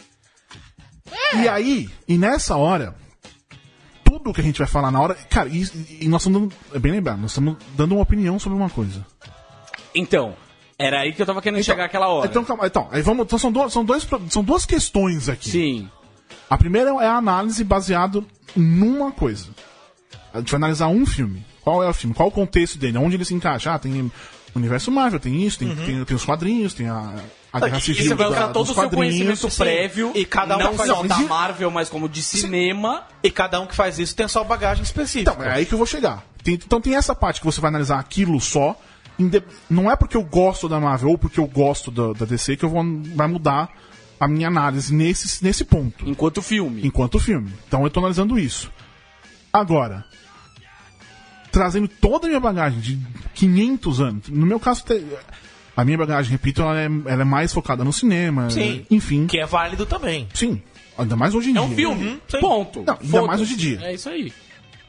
E aí, e nessa hora, tudo que a gente vai falar na hora. Cara, e, e nós estamos dando. É bem lembrado, nós estamos dando uma opinião sobre uma coisa. Então, era aí que eu tava querendo chegar aquela hora. Então, calma, então, aí vamos, então são, duas, são, dois, pro- são duas questões aqui. Sim. A primeira é a análise baseada numa coisa. A gente vai analisar um filme. Qual é o filme? Qual o contexto dele? Onde ele se encaixa? Ah, tem o universo Marvel, tem isso, tem, tem, tem os quadrinhos, tem a, a Guerra E Civil. você vai usar da- todo dos o seu quadrinhos. conhecimento sim. prévio, E cada um não faz- só não, da de- Marvel, mas como de cinema. E cada um que faz isso tem a sua bagagem específica. Então, é aí que eu vou chegar. Tem- então tem essa parte que você vai analisar aquilo só. inde- Não é porque eu gosto da Marvel ou porque eu gosto da, da D C que eu vou vai mudar a minha análise nesse, nesse ponto. Enquanto filme. Enquanto filme. Então eu tô analisando isso. Agora, trazendo toda a minha bagagem de quinhentos anos. No meu caso, te- a minha bagagem, repito, ela é, ela é mais focada no cinema. Sim. Enfim. Que é válido também. Sim. Ainda mais hoje em É dia. um filme. sim. Ponto. Não, ainda Foda-se. mais hoje em dia. É isso aí.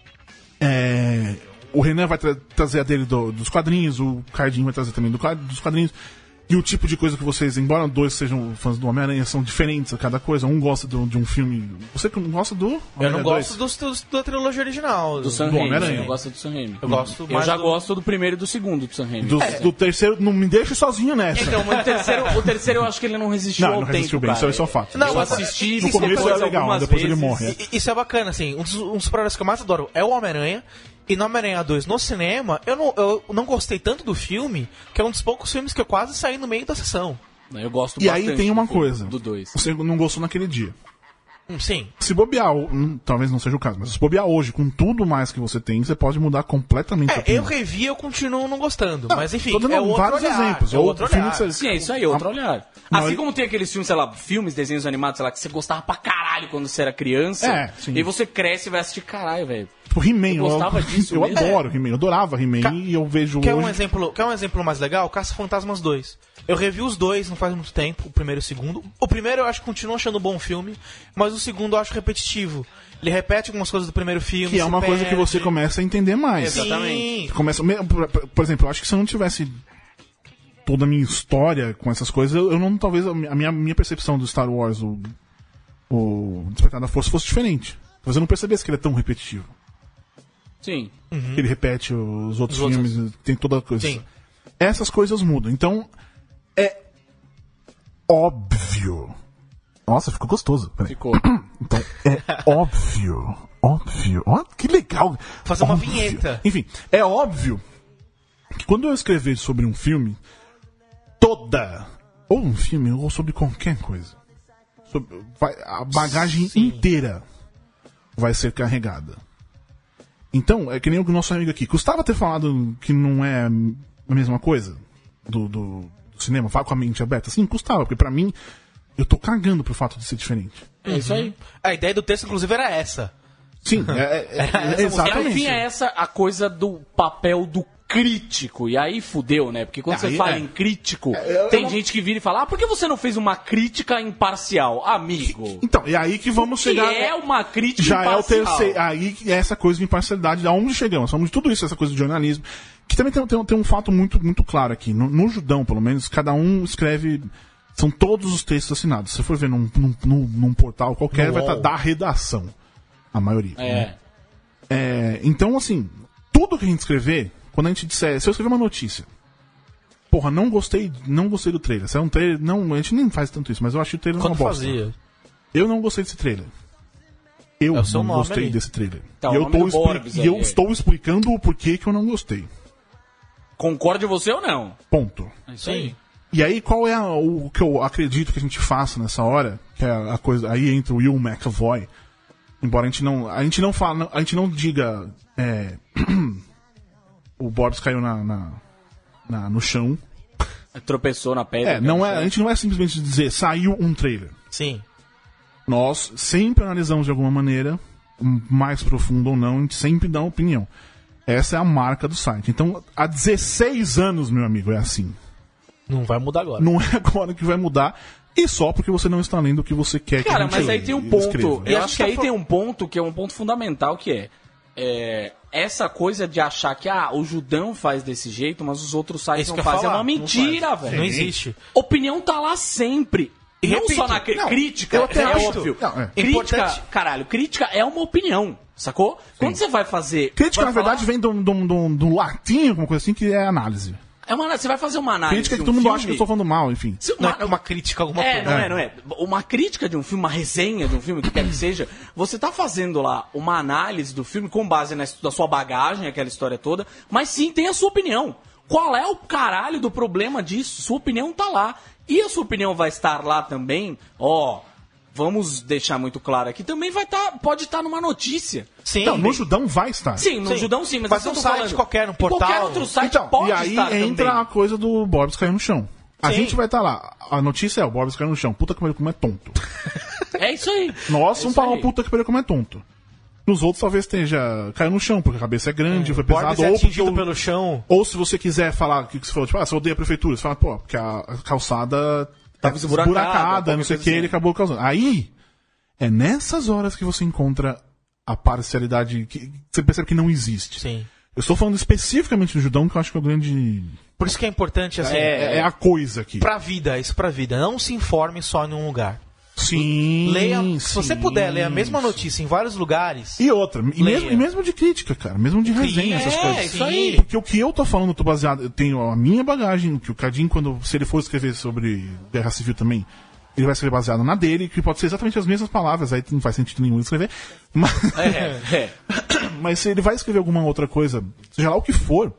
É, o Renan vai tra- trazer a dele do- dos quadrinhos, o Cardinho vai trazer também do, quad- dos quadrinhos. E o tipo de coisa que vocês, embora dois sejam fãs do Homem-Aranha, são diferentes a cada coisa. Um gosta do- de um filme. Você que não gosta do. Eu não Homem-Aranha gosto dois? dos, dos- da trilogia original. Do Sam Do Raimi. Homem-Aranha. Eu gosto do Sam Raimi. Eu gosto Eu mais já do- gosto do primeiro e do segundo do Sam Raimi. Do, do terceiro, não me deixe sozinho nessa. Então, mas o terceiro, o terceiro eu acho que ele não resistiu Não, ao não tempo, resistiu bem, cara. isso é só fato. Não, eu mas- assisti No começo depois é legal, algumas depois ele vezes. morre. E- Isso é bacana, assim. Um dos, um dos problemas que eu mais adoro é o Homem-Aranha. E no Homem-Aranha dois, no cinema, eu não, eu não gostei tanto do filme, que é um dos poucos filmes que eu quase saí no meio da sessão. Eu gosto E bastante aí tem uma do filme, coisa. do dois. Você não gostou naquele dia. Hum, sim. Se bobear, ou- hum, talvez não seja o caso, mas se bobear hoje, com tudo mais que você tem, você pode mudar completamente a É, opinião. eu revi eu continuo não gostando. mas enfim, tô dando é outro vários olhar, exemplos. É Ou outro filme olhar. que você- Sim, é isso aí, outro olhar. Não, Assim ele- como tem aqueles filmes, sei lá, filmes, desenhos animados, sei lá, que você gostava pra caralho quando você era criança. É, sim. E você cresce e vai assistir, caralho, velho. Tipo, He-Man. Eu gostava eu, disso Eu mesmo. adoro He-Man. Eu adorava He-Man Ca- e eu vejo Quer hoje... um, exemplo, quer um exemplo mais legal? Caça-Fantasmas dois. Eu revi os dois não faz muito tempo, o primeiro e o segundo. O primeiro eu acho que continuo achando um bom filme, mas o segundo eu acho repetitivo. Ele repete algumas coisas do primeiro filme. Que é se uma coisa que perde. você começa a entender mais. Sim. Começa, por, por exemplo, eu acho que se eu não tivesse toda a minha história com essas coisas, eu, eu não, talvez a minha, minha percepção do Star Wars, o, o Despertar da Força, fosse diferente. Talvez eu não percebesse que ele é tão repetitivo. Sim. Que ele repete os outros Os filmes, tem toda a coisa. Sim. Essas coisas mudam. Então, é óbvio. Nossa, ficou gostoso. Peraí. Ficou. Então, é óbvio. Óbvio. Ó, que legal. Fazer uma Óbvio. vinheta. Enfim, é óbvio que quando eu escrever sobre um filme, toda, ou um filme, ou sobre qualquer coisa, sobre- vai- a bagagem Sim. inteira vai ser carregada. Então, é que nem o nosso amigo aqui. Custava ter falado que não é a mesma coisa do, do, do cinema, fala com a mente aberta? Sim, custava, porque pra mim, eu tô cagando pro fato de ser diferente. É isso aí. A ideia do texto, inclusive, era essa. Sim, é, é- é- É, exatamente. enfim, é essa a coisa do papel do crítico. E aí fudeu, né? Porque quando Aí, você fala é. em crítico, eu tem não- gente que vira e fala: ah, por que você não fez uma crítica imparcial? Amigo. Então, e aí que vamos Que chegar. é uma crítica Já é o imparcial. terceiro. Aí que é essa coisa de imparcialidade. Aonde chegamos? Falamos de tudo isso, essa coisa de jornalismo. Que também tem, tem, tem um fato muito, muito claro aqui. No, no Judão, pelo menos, cada um escreve. São todos os textos assinados. Se você for ver num, num, num, num portal qualquer, No vai estar U O L. da redação. A maioria. É. Né? É, então, assim, tudo que a gente escrever, quando a gente disser, se eu escrever uma notícia, porra, não gostei, não gostei do trailer. Se é um trailer, não, a gente nem faz tanto isso, mas eu acho o trailer Quando uma bosta. fazia. Eu não gostei desse trailer. Eu É o seu não nome gostei ali. desse trailer. Tá, o e eu, nome tô do expli- Borbs e aí, eu é. estou explicando o porquê que eu não gostei. Concorde você ou não? Ponto. É isso aí. E aí, qual é a- o que eu acredito que a gente faça nessa hora? Que é a coisa. Aí entra o Will McAvoy. Embora a gente não. A gente não fala. A gente não diga. É, o Borbs caiu na, na- na- no chão. Tropeçou na pedra. É, não é, a gente não é simplesmente dizer saiu um trailer. Sim. Nós sempre analisamos de alguma maneira, mais profundo ou não, a gente sempre dá uma opinião. Essa é a marca do site. Então, há dezesseis anos, meu amigo, é assim. Não vai mudar agora. Não é agora que vai mudar, e só porque você não está lendo o que você quer que a Cara, gente mas aí tem um ponto. escreva. Eu Eu acho acho que que aí tá tem um ponto que é um ponto fundamental, que é, é, essa coisa de achar que ah, o Judão faz desse jeito, mas os outros sites Isso não que eu fazem. ia É falar, uma não mentira, faz. velho. Não existe. Opinião tá lá sempre. E não repito, só na cri- não, crítica, eu até é acho- óbvio. não, é. Crítica, Importante- caralho, crítica é uma opinião, sacou? Quando você vai fazer... Crítica, vai na verdade, falar- vem de um- de um de um- de um latim, alguma coisa assim, que é análise. É uma, você vai fazer uma análise Crítica que de todo um mundo filme, acha que eu estou falando mal, enfim. se Não uma- é uma crítica, alguma É, coisa. não é, não é. Uma crítica de um filme, uma resenha de um filme, o que quer que seja, você tá fazendo lá uma análise do filme com base na, na sua bagagem, aquela história toda, mas sim tem a sua opinião. Qual é o caralho do problema disso? Sua opinião tá lá. E a sua opinião vai estar lá também, ó, vamos deixar muito claro aqui, também vai estar, pode estar numa notícia. Sim. Não, no Judão vai estar. Sim, no Sim. Judão sim, mas, Mas isso eu um tô site falando. qualquer, um E portal. qualquer outro site Então, pode e aí estar entra também. a coisa do Borbs caiu no chão. A Sim. gente vai estar lá. A notícia é o Borbs caiu no chão. Puta que pariu, como é tonto. É isso aí. Nós É vamos isso falar aí. o puta que pariu, como é tonto. Nos outros talvez esteja caiu no chão, porque a cabeça é grande, foi Borbs pesado. é Ou, porque atingido o- pelo chão. ou se você quiser falar o que, que você falou, tipo, ah, você odeia a prefeitura. Você fala, pô, porque a, a calçada Tava é esburacada, esburacada, não sei o qualquer que, coisa ele assim. acabou causando. Aí, é nessas horas que você encontra a parcialidade que que você percebe que não existe. Sim. Eu estou falando especificamente do Judão, que eu acho que é o grande. Por isso que é importante, assim, É, é a coisa aqui. pra vida, isso pra vida. Não se informe só em um lugar. Sim. Leia, sim, se você puder ler a mesma notícia em vários lugares. E outra, e Leia. mesmo, e mesmo de crítica, cara, mesmo de resenha, essas é, coisas. isso aí. Porque o que eu tô falando, eu tô baseado, eu tenho a minha bagagem, que o Cadinho, quando, se ele for escrever sobre Guerra Civil também, ele vai escrever baseado na dele, que pode ser exatamente as mesmas palavras, aí não faz sentido nenhum escrever. Mas, É, é. mas se ele vai escrever alguma outra coisa, seja lá o que for,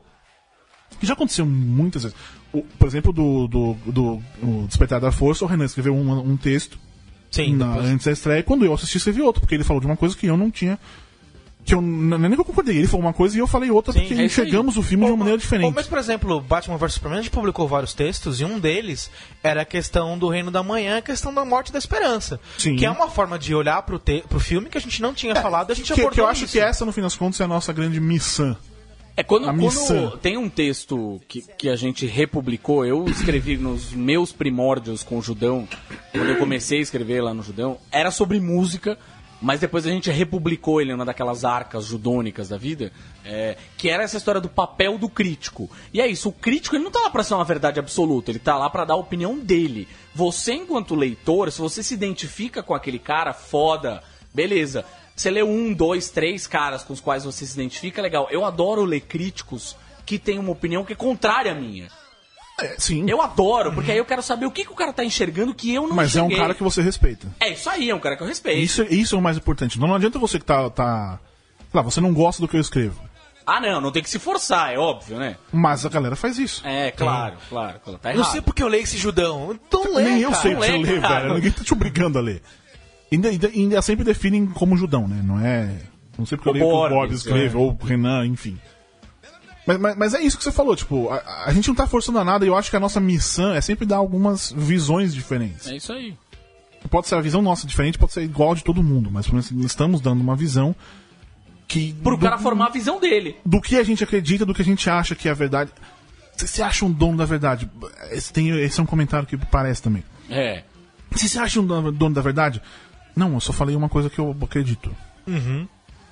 que já aconteceu muitas vezes. O, por exemplo, do, do, do, do Despertar da Força, o Renan escreveu um, um texto Sim, na- depois- antes da estreia, quando eu assisti, escrevi outro, porque ele falou de uma coisa que eu não tinha que eu não é nem que eu concordei. Ele falou uma coisa e eu falei outra, Sim, porque é isso enxergamos aí. o filme de Pô, uma maneira Pô, diferente. mas, por exemplo, Batman versus Superman, a gente publicou vários textos e um deles era a questão do Reino da Manhã, a questão da morte e da esperança. Sim. Que é uma forma de olhar pro, te pro filme que a gente não tinha falado e a gente que, abordou que eu acho isso. que essa, no fim das contas, é a nossa grande missão. É quando, A quando missão. tem um texto que, que a gente republicou, eu escrevi nos meus primórdios com o Judão, quando eu comecei a escrever lá no Judão, era sobre música, mas depois a gente republicou ele numa daquelas arcas judônicas da vida, é, que era essa história do papel do crítico. E é isso, o crítico ele não tá lá pra ser uma verdade absoluta, ele tá lá pra dar a opinião dele. Você, enquanto leitor, se você se identifica com aquele cara, foda, beleza. Você lê um, dois, três caras com os quais você se identifica, legal. Eu adoro ler críticos que têm uma opinião que é contrária à minha. É, sim. Eu adoro, porque aí eu quero saber o que, que o cara tá enxergando que eu não Mas enxerguei. é um cara que você respeita. É isso aí, é um cara que eu respeito. Isso, isso é o mais importante. Não adianta você que tá... tá... sei lá, você não gosta do que eu escrevo. Ah, não, não tem que se forçar, é óbvio, né? Mas a galera faz isso. É, claro, claro, claro. Tá Não errado. sei porque eu leio esse Judão. Então lê, Nem eu cara. sei não o que você lê, lê, cara. velho. Ninguém tá te obrigando a ler. Ainda, ainda, ainda sempre definem como Judão, né? Não é... Não sei porque eu O leio o que o Borbs, Bob escreve, é. ou o Renan, enfim. Mas, mas, mas é isso que você falou, tipo, a, a gente não tá forçando a nada e eu acho que a nossa missão é sempre dar algumas visões diferentes. É isso aí. Pode ser a visão nossa diferente, pode ser igual a de todo mundo, mas pelo menos estamos dando uma visão que... Pro do, cara formar a visão dele. do que a gente acredita, do que a gente acha que é a verdade. Você se acha um dono da verdade? Esse, tem, esse é um comentário que parece também. É. Se você acha um dono dono da verdade? Não, eu só falei uma coisa que eu acredito. Uhum.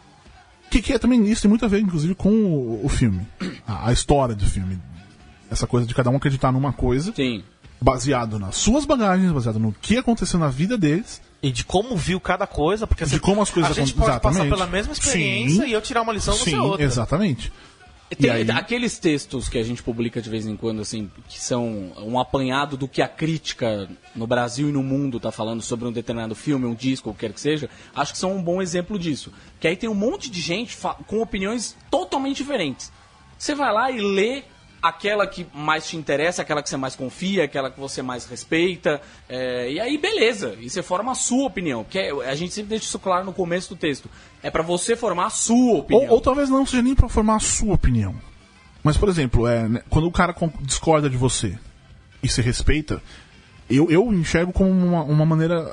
Que, que é também isso tem muito a ver, inclusive, com o, o filme. A, a história do filme. Essa coisa de cada um acreditar numa coisa, Sim. baseado nas suas bagagens, baseado no que aconteceu na vida deles. E de como viu cada coisa, porque De assim, como as coisas a gente acon- pode passar exatamente. pela mesma experiência Sim. e eu tirar uma lição e você Sim, outra. exatamente. Tem E aí- aqueles textos que a gente publica de vez em quando, assim, que são um apanhado do que a crítica no Brasil e no mundo tá falando sobre um determinado filme, um disco, o que quer que seja, acho que são um bom exemplo disso. Que aí tem um monte de gente fa- com opiniões totalmente diferentes. Você vai lá e lê aquela que mais te interessa, aquela que você mais confia, aquela que você mais respeita, é, e aí beleza, e você forma a sua opinião, porque a gente sempre deixa isso claro no começo do texto, é pra você formar a sua opinião. Ou, ou talvez não seja nem pra formar a sua opinião. Mas, por exemplo, é, né, quando o cara con- discorda de você e se respeita, eu, eu enxergo como uma, uma maneira...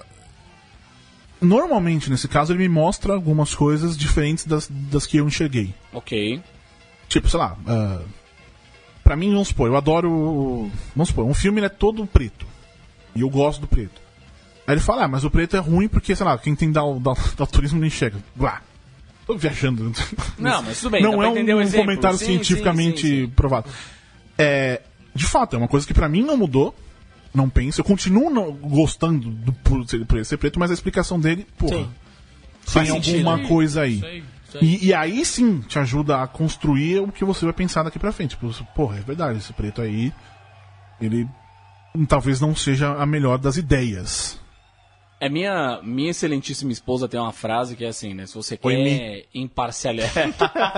Normalmente, nesse caso, ele me mostra algumas coisas diferentes das, das que eu enxerguei. Ok. Tipo, sei lá... Uh, pra mim, vamos supor, eu adoro... Vamos supor, um filme ele é todo preto. E eu gosto do preto. Aí ele fala, ah, mas o preto é ruim porque, sei lá, quem tem dal, dal, daltonismo não enxerga. Blá. Tô viajando. Não, mas tudo bem, Não dá pra é entender um o exemplo. comentário Sim, cientificamente sim, sim, sim. provado. É, de fato, é uma coisa que pra mim não mudou. Não penso. Eu continuo não- gostando do, por, ser, por ele ser preto, mas a explicação dele, porra, Sim. tem Faz sentido. alguma Isso aí, coisa aí. isso aí, isso aí. E, e aí sim te ajuda a construir o que você vai pensar daqui pra frente. Tipo, porra, é verdade, esse preto aí, ele talvez não seja a melhor das ideias. É minha, minha excelentíssima esposa tem uma frase que é assim, né? Se você Oi, quer imparcialidade.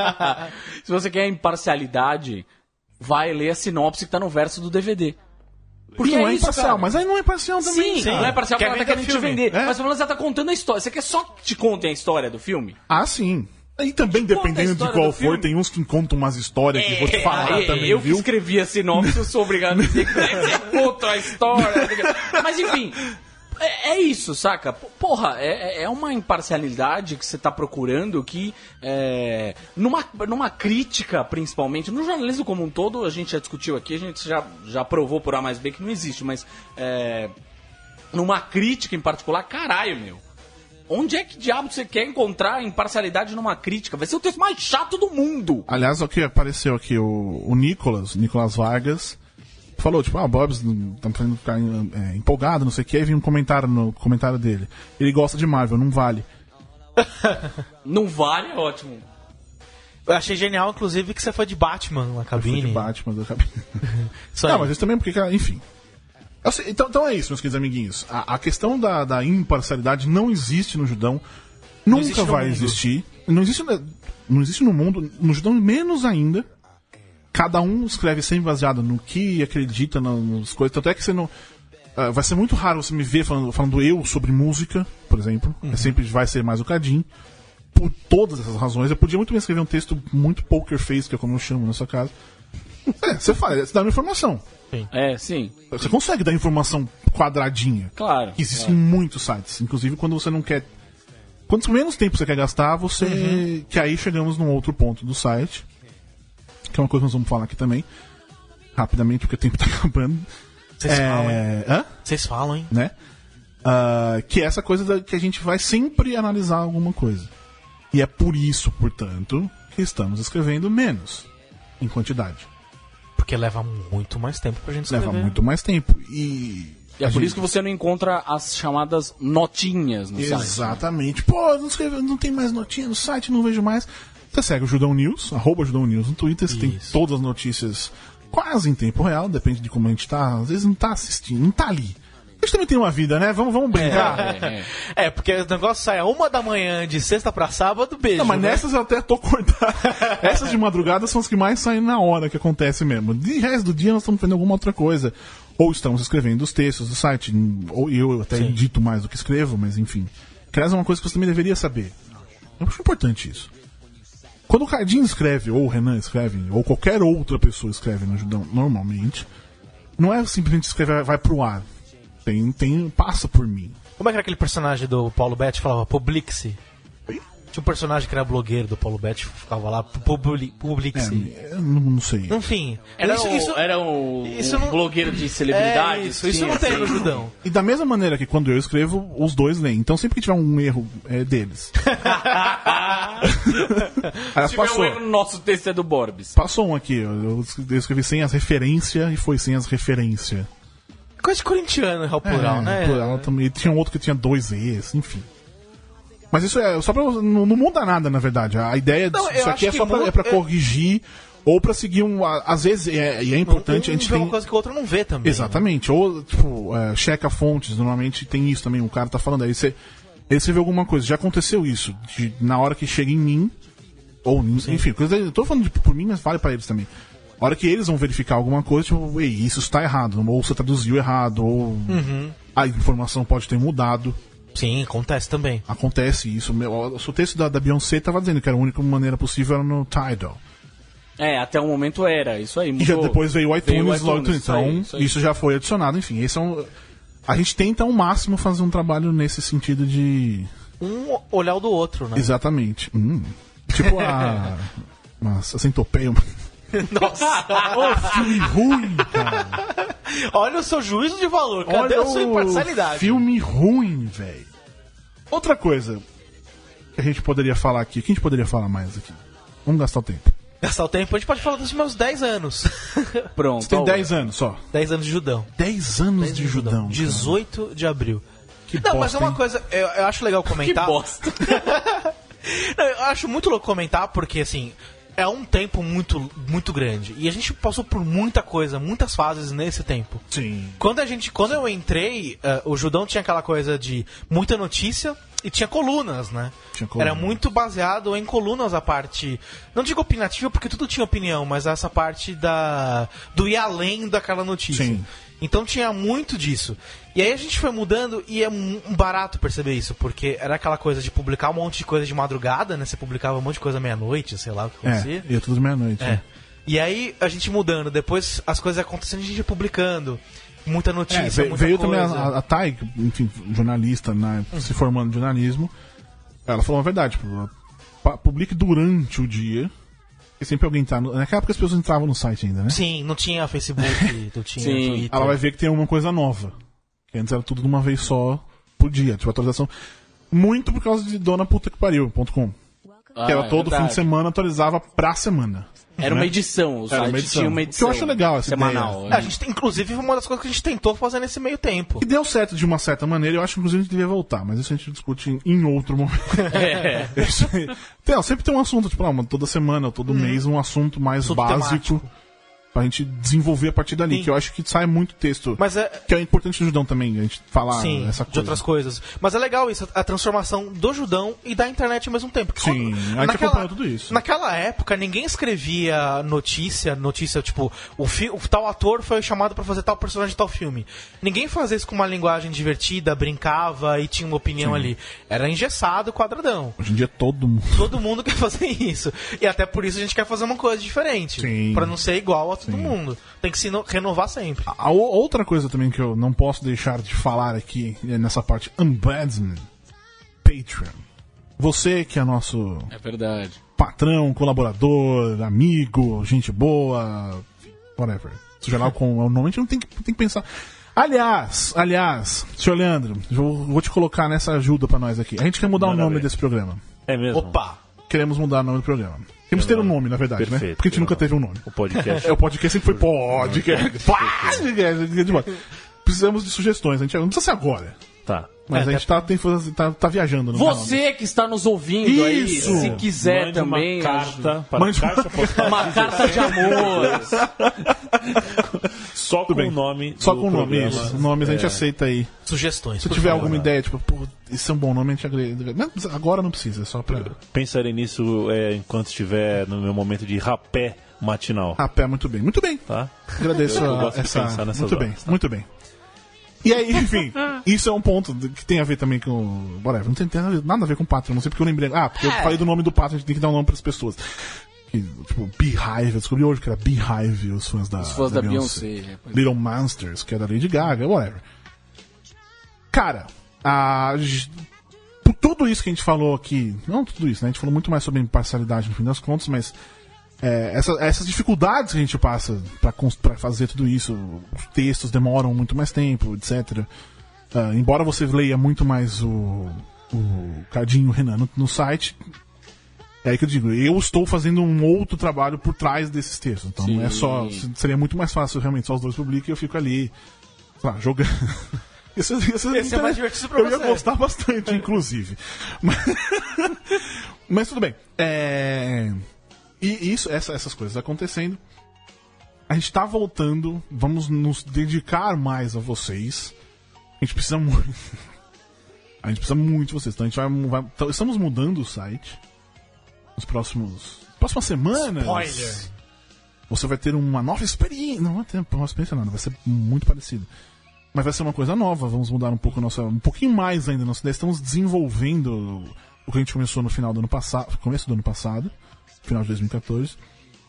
Se você quer imparcialidade, vai ler a sinopse que tá no verso do D V D. Porque não é, isso, imparcial, cara. mas aí não é parcial também. Sim, cara. não é parcial Quer porque ela tá vender querendo te filme. vender. É. Mas pelo menos ela tá contando a história. Você quer só que te contem a história do filme? Ah, sim. E também, Que conta a dependendo de história qual do for, filme. tem uns que contam umas histórias que vou te falar aí, também, eu que viu? escrevi a sinopse, eu sou obrigado a dizer que você conta a história. Mas enfim, é, é isso, saca? Porra, é, é uma imparcialidade que você tá procurando que, é, numa, numa crítica, principalmente, no jornalismo como um todo, a gente já discutiu aqui, a gente já, já provou por A mais B que não existe, mas é, numa crítica em particular, caralho, meu. Onde é que diabo você quer encontrar imparcialidade numa crítica? Vai ser o texto mais chato do mundo. Aliás, o que apareceu aqui, o, o Nicolas, Nicolas Vargas, falou, tipo, ah, o Bobs tá fazendo ficar é, empolgado, não sei o que, aí vi um comentário no comentário dele. Ele gosta de Marvel, não vale. Não vale, é ótimo. Eu achei genial, inclusive, que você foi de Batman na Foi cabine. de Batman, da cabine. Isso aí. Não, mas isso também porque, cara, enfim. Eu sei, então, então é isso, meus queridos amiguinhos. A, a questão da, da imparcialidade não existe no Judão. Nunca existe no vai mundo. existir. Não existe, na- não existe no mundo. No Judão, menos ainda. Cada um escreve sempre baseado no que acredita, na- nas coisas. Tanto é que você não. ah, vai ser muito raro você me ver falando, falando eu sobre música, por exemplo. É sempre vai ser mais o Cadinho. por todas essas razões, eu podia muito bem escrever um texto muito poker face, que é como eu chamo na sua casa. É, você faz, você dá uma informação. Sim. É, sim. Você consegue dar informação quadradinha. Claro. Que existe claro. em muitos sites. Inclusive quando você não quer... Quanto menos tempo você quer gastar, você... Uhum. Que aí chegamos num outro ponto do site. Que é uma coisa que nós vamos falar aqui também. Rapidamente, porque o tempo tá acabando. Vocês é... falam, hein? Hã? Vocês falam, hein? Né? Uh, que é essa coisa da, que a gente vai sempre analisar alguma coisa. E é por isso, portanto, que estamos escrevendo menos em quantidade. Porque leva muito mais tempo pra gente escrever. Leva muito mais tempo. E, e é por gente... isso que você não encontra as chamadas notinhas no Exatamente. site. Exatamente. Né? Pô, não, escreve, não tem mais notinha no site, não vejo mais. Você segue o Judão News, arroba Judão News no Twitter, você isso. tem todas as notícias quase em tempo real, depende de como a gente tá. Às vezes não tá assistindo, não tá ali. A gente também tem uma vida, né? Vamos, vamos brincar. É, é, é. é, porque o negócio sai a uma da manhã de sexta pra sábado, beijo. Não, mas né? nessas eu até tô cortando. Essas de madrugada são as que mais saem na hora que acontece mesmo. De resto do dia nós estamos fazendo alguma outra coisa. Ou estamos escrevendo os textos do site. Ou eu até Sim. edito mais do que escrevo, mas enfim. Que aliás é uma coisa que você também deveria saber. Eu acho importante isso. Quando o Cardinho escreve, ou o Renan escreve, ou qualquer outra pessoa escreve no Judão, normalmente, não é simplesmente escrever vai pro ar. Tem, tem, passa por mim. Como é que era aquele personagem do Paulo Betti que falava Publix-se? Tinha um personagem que era blogueiro do Paulo Betti, ficava lá, publi, Publix-se. É, eu não, não sei. Enfim. Era, isso, o, isso, era o, isso o não, blogueiro de celebridades. É isso, isso não tem no Judão. E da mesma maneira que quando eu escrevo, os dois leem. Então sempre que tiver um erro, é deles. Se tiver um erro no nosso texto é do Borbs. Passou um aqui, eu, eu escrevi sem as referências e foi sem as referências. Coisa de corintiano, é o plural, é, né? Plural também. E tinha um outro que tinha dois E's, enfim. Mas isso é só pra. Não, não muda nada, na verdade. A ideia não, disso aqui é só pra, é pra corrigir ou pra seguir um. Às vezes, é, e é importante um, um a gente vê tem. uma coisa que o outro não vê também. Exatamente. Né? Ou, tipo, é, checa fontes. Normalmente tem isso também. O cara tá falando aí. Você, aí você vê alguma coisa. Já aconteceu isso. De, na hora que chega em mim. Ou, Sim. enfim, coisa, eu tô falando de, por mim, mas vale pra eles também. A hora que eles vão verificar alguma coisa, tipo, ei, isso está errado, ou você traduziu errado, ou uhum. a informação pode ter mudado. Sim, acontece também. Acontece isso. O seu texto da, da Beyoncé estava dizendo que era a única maneira possível era no Tidal. É, até o momento era, isso aí. Mudou. E já depois veio o iTunes, veio o iTunes, iTunes então isso, aí, isso, aí. Isso já foi adicionado. Enfim, esse é um, a gente tenta ao máximo fazer um trabalho nesse sentido de... Um olhar o do outro, né? Exatamente. Hum. Tipo a... Nossa, a centopeia... Nossa! Ô, filme ruim, cara! Olha o seu juízo de valor, cadê Olha a sua imparcialidade? Filme ruim, velho. Outra coisa que a gente poderia falar aqui, o que a gente poderia falar mais aqui? Vamos gastar o tempo. Gastar o tempo, a gente pode falar dos meus dez anos. Pronto. Você tem dez anos só? dez anos de Judão. dez anos dez de Judão. Judão dezoito de abril. Que Não, bosta, mas é uma hein? coisa, eu, eu acho legal comentar. Que bosta. Não, eu acho muito louco comentar, porque assim, é um tempo muito, muito grande. E a gente passou por muita coisa, muitas fases nesse tempo. Sim. Quando, a gente, quando eu entrei, uh, o Judão tinha aquela coisa de muita notícia e tinha colunas, né? Tinha coluna. Era muito baseado em colunas a parte... Não digo opinativa, porque tudo tinha opinião, mas essa parte da do ir além daquela notícia. Sim. Então tinha muito disso. E aí a gente foi mudando e é um barato perceber isso, porque era aquela coisa de publicar um monte de coisa de madrugada, né? Você publicava um monte de coisa meia-noite, sei lá o que acontecia. É, ia tudo meia-noite. É. Né? E aí a gente mudando, depois as coisas acontecendo, a gente ia publicando. Muita notícia, É, veio muita veio coisa. também a, a Thay, enfim, jornalista, né, Uhum. se formando em jornalismo. Ela falou a verdade, tipo, pa- publique durante o dia. E sempre alguém tá. No, naquela época as pessoas entravam no site ainda, né? Sim, não tinha Facebook, não tinha Sim. Twitter. Ela vai ver que tem alguma coisa nova. Que antes era tudo de uma vez só por dia, tipo, atualização. Muito por causa de dona puta que pariu, ponto com. Ah, que era é todo verdade. fim de semana, atualizava pra semana. Era né? uma edição, o Era site uma edição. tinha uma Que edição. eu acho legal essa semanal. ideia. A gente tem, inclusive, foi uma das coisas que a gente tentou fazer nesse meio tempo. Que deu certo de uma certa maneira, eu acho que inclusive a gente devia voltar, mas isso a gente discute em, em outro momento. É. Isso aí. Tem, ó, sempre tem um assunto, tipo, não, toda semana ou todo Hum. mês, um assunto mais Assunto básico. temático. Pra gente desenvolver a partir dali, Sim. que eu acho que sai muito texto. Mas é, Que é importante no Judão também, a gente falar sim, essa de coisa. outras coisas. Mas é legal isso, a transformação do Judão e da internet ao mesmo tempo. Porque Sim, quando- a gente acompanhou tudo isso. Naquela época, ninguém escrevia notícia, notícia tipo, o, fi, o tal ator foi chamado pra fazer tal personagem de tal filme. Ninguém fazia isso com uma linguagem divertida, brincava e tinha uma opinião Sim. ali. Era engessado, quadradão. Hoje em dia todo mundo. Todo mundo quer fazer isso. E até por isso a gente quer fazer uma coisa diferente. Sim. Pra não ser igual a todo mundo. Tem que se no- renovar sempre. A o- outra coisa também que eu não posso deixar de falar aqui, é nessa parte Ombudsman, Patreon. Você que é nosso É verdade. patrão, colaborador, amigo, gente boa, whatever. Seja lá com o nome, a gente não tem que, tem que pensar. Aliás, aliás, senhor Leandro, vou, vou te colocar nessa ajuda pra nós aqui. A gente quer mudar Maravilha. o nome desse programa. É mesmo? Opa! Queremos mudar o nome do programa. Temos que ter um nome, na verdade, né? Perfeito. Porque a gente nunca teve um nome. O podcast. É, o podcast sempre foi podcast. Podcast. Precisamos de sugestões. A gente não precisa ser agora. Tá. Mas É, a gente tá, tem, tá, tá viajando no Você que está nos ouvindo aí, Isso. se quiser Mande também. uma carta para Mande- caixa postal Uma carta de amor. só com bem. o nome Só do com o nome, programa. isso. Nomes a gente É. aceita aí. Sugestões. Se por tiver favor. alguma ideia, tipo, pô, isso é um bom nome, a gente agrega. Não, agora não precisa, é só pra. Pensarei nisso é, enquanto estiver no meu momento de rapé matinal. A pé, muito bem. Muito bem. Tá? Agradeço Eu a- gosto de essa. pensar nessas Muito bem, horas, tá? muito bem. E aí, enfim, isso é um ponto que tem a ver também com. Whatever, não tem nada a ver- nada a ver com o Patreon, não sei porque eu lembrei. Ah, porque eu falei do nome do Patreon, a gente tem que dar um nome pras pessoas. Que, tipo, Beehive, eu descobri hoje que era Beehive, os fãs da, Os fãs da Beyoncé. é, pois é. Little Monsters, que é da Lady Gaga, whatever. Cara, a, j- por tudo isso que a gente falou aqui, não tudo isso, né? A gente falou muito mais sobre imparcialidade no fim das contas, mas é, essa- essas dificuldades que a gente passa pra, cons- pra fazer tudo isso, os textos demoram muito mais tempo, etcétera. Ah, embora você leia muito mais o, o Cardinho e o Renan no, no site, é aí que eu digo, eu estou fazendo um outro trabalho por trás desses textos. Então não é só. Seria muito mais fácil realmente só os dois publicam e eu fico ali, sei lá, jogando. Isso, isso, Esse é mais divertido pra eu ia você. gostar bastante, inclusive. Mas, mas tudo bem. É, e isso, essa- essas coisas acontecendo. A gente tá voltando, vamos nos dedicar mais a vocês. A gente precisa muito. A gente precisa muito de vocês. Então a gente vai, vai- então, estamos mudando o site. Nos próximos. Próximas semanas. Spoiler. Você vai ter uma nova experiência. Não vai ter uma nova experiência, não. Vai ser muito parecido. Mas vai ser uma coisa nova. Vamos mudar um pouco a nossa. Um pouquinho mais ainda a nossa ideia. Estamos desenvolvendo o que a gente começou no final do ano passado. Começo do ano passado. Final de dois mil e quatorze.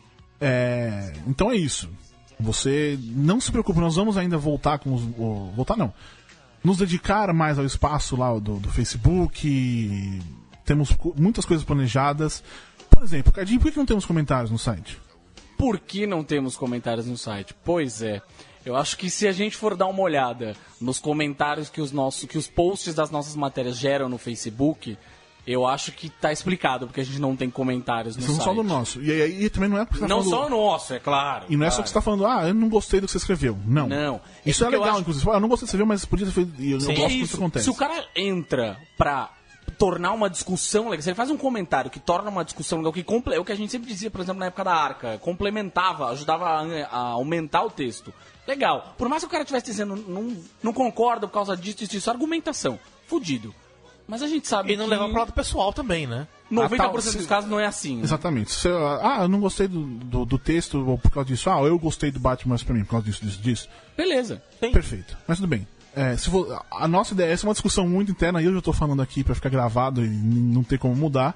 É, então é isso. Você não se preocupe, nós vamos ainda voltar com os. o- voltar não. Nos dedicar mais ao espaço lá do, do Facebook. Temos co- muitas coisas planejadas. Por exemplo, Cardinho, por que não temos comentários no site? Por que não temos comentários no site? Pois é. Eu acho que se a gente for dar uma olhada nos comentários que os, nossos, que os posts das nossas matérias geram no Facebook, eu acho que tá explicado porque a gente não tem comentários no Isso não site. só do nosso. E aí e também não é porque você tá Não falando. só o nosso, é claro. E não é só que você tá falando, ah, eu não gostei do que você escreveu. Não. Não. Isso é, É porque eu legal, acho- inclusive. Ah, eu não gostei do que você escreveu, mas podia ter feito. E eu, eu Sim, gosto é que isso isso. acontece. Se o cara entra pra tornar uma discussão legal, se ele faz um comentário que torna uma discussão legal, que comple... é o que a gente sempre dizia, por exemplo, na época da Arca, complementava, ajudava a, a aumentar o texto. Legal. Por mais que o cara estivesse dizendo, não, não concordo por causa disso, disso, disso, argumentação. Fudido. Mas a gente sabe E não que levar pro lado pessoal também, né? noventa por cento Ah, tá, dos casos não é assim. Né? Exatamente. Se, ah, eu não gostei do, do, do texto ou por causa disso. Ah, eu gostei do Batman pra mim por causa disso, disso, disso. Beleza. Sim. Perfeito. Mas tudo bem. É, se for, a nossa ideia, essa é uma discussão muito interna e eu já tô falando aqui pra ficar gravado e n- não ter como mudar.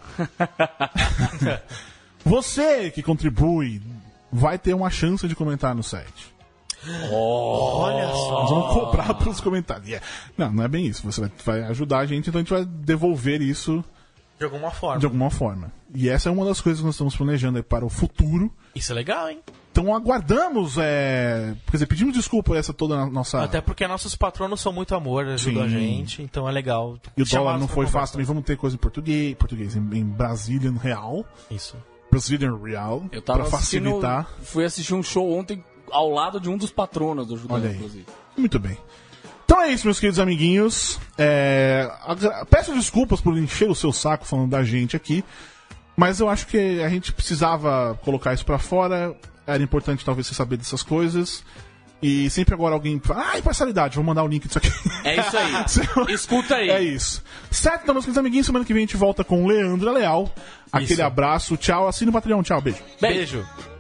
Você que contribui vai ter uma chance de comentar no site. Olha só. Nós vamos cobrar pelos comentários. Yeah. Não, não é bem isso. Você vai, vai ajudar a gente, então a gente vai devolver isso De alguma forma. de alguma forma. E essa é uma das coisas que nós estamos planejando aí para o futuro. Isso é legal, hein? Então aguardamos, é... quer dizer, pedimos desculpa por essa toda a nossa... Até porque nossos patronos são muito amor, ajudam Sim. a gente, então é legal. E o chamá-los dólar não pra foi conversar. fácil também, vamos ter coisa em português, português em, em Brazilian Real. Isso. Brazilian Real, Eu tava para assistindo, facilitar. fui assistir um show ontem ao lado de um dos patronos do Judão, Olha aí. inclusive. Muito bem. Então é isso, meus queridos amiguinhos. É, agra- Peço desculpas por encher o seu saco falando da gente aqui, mas eu acho que a gente precisava colocar isso pra fora. era importante talvez você saber dessas coisas. E sempre agora alguém fala, ah, imparcialidade, vou mandar o link disso aqui. É isso aí. Escuta aí. É isso. Certo, então, meus queridos amiguinhos, semana que vem a gente volta com Leandro Leal. Aquele Isso. abraço, tchau, assina o Patreon, tchau, beijo. Beijo. Beijo.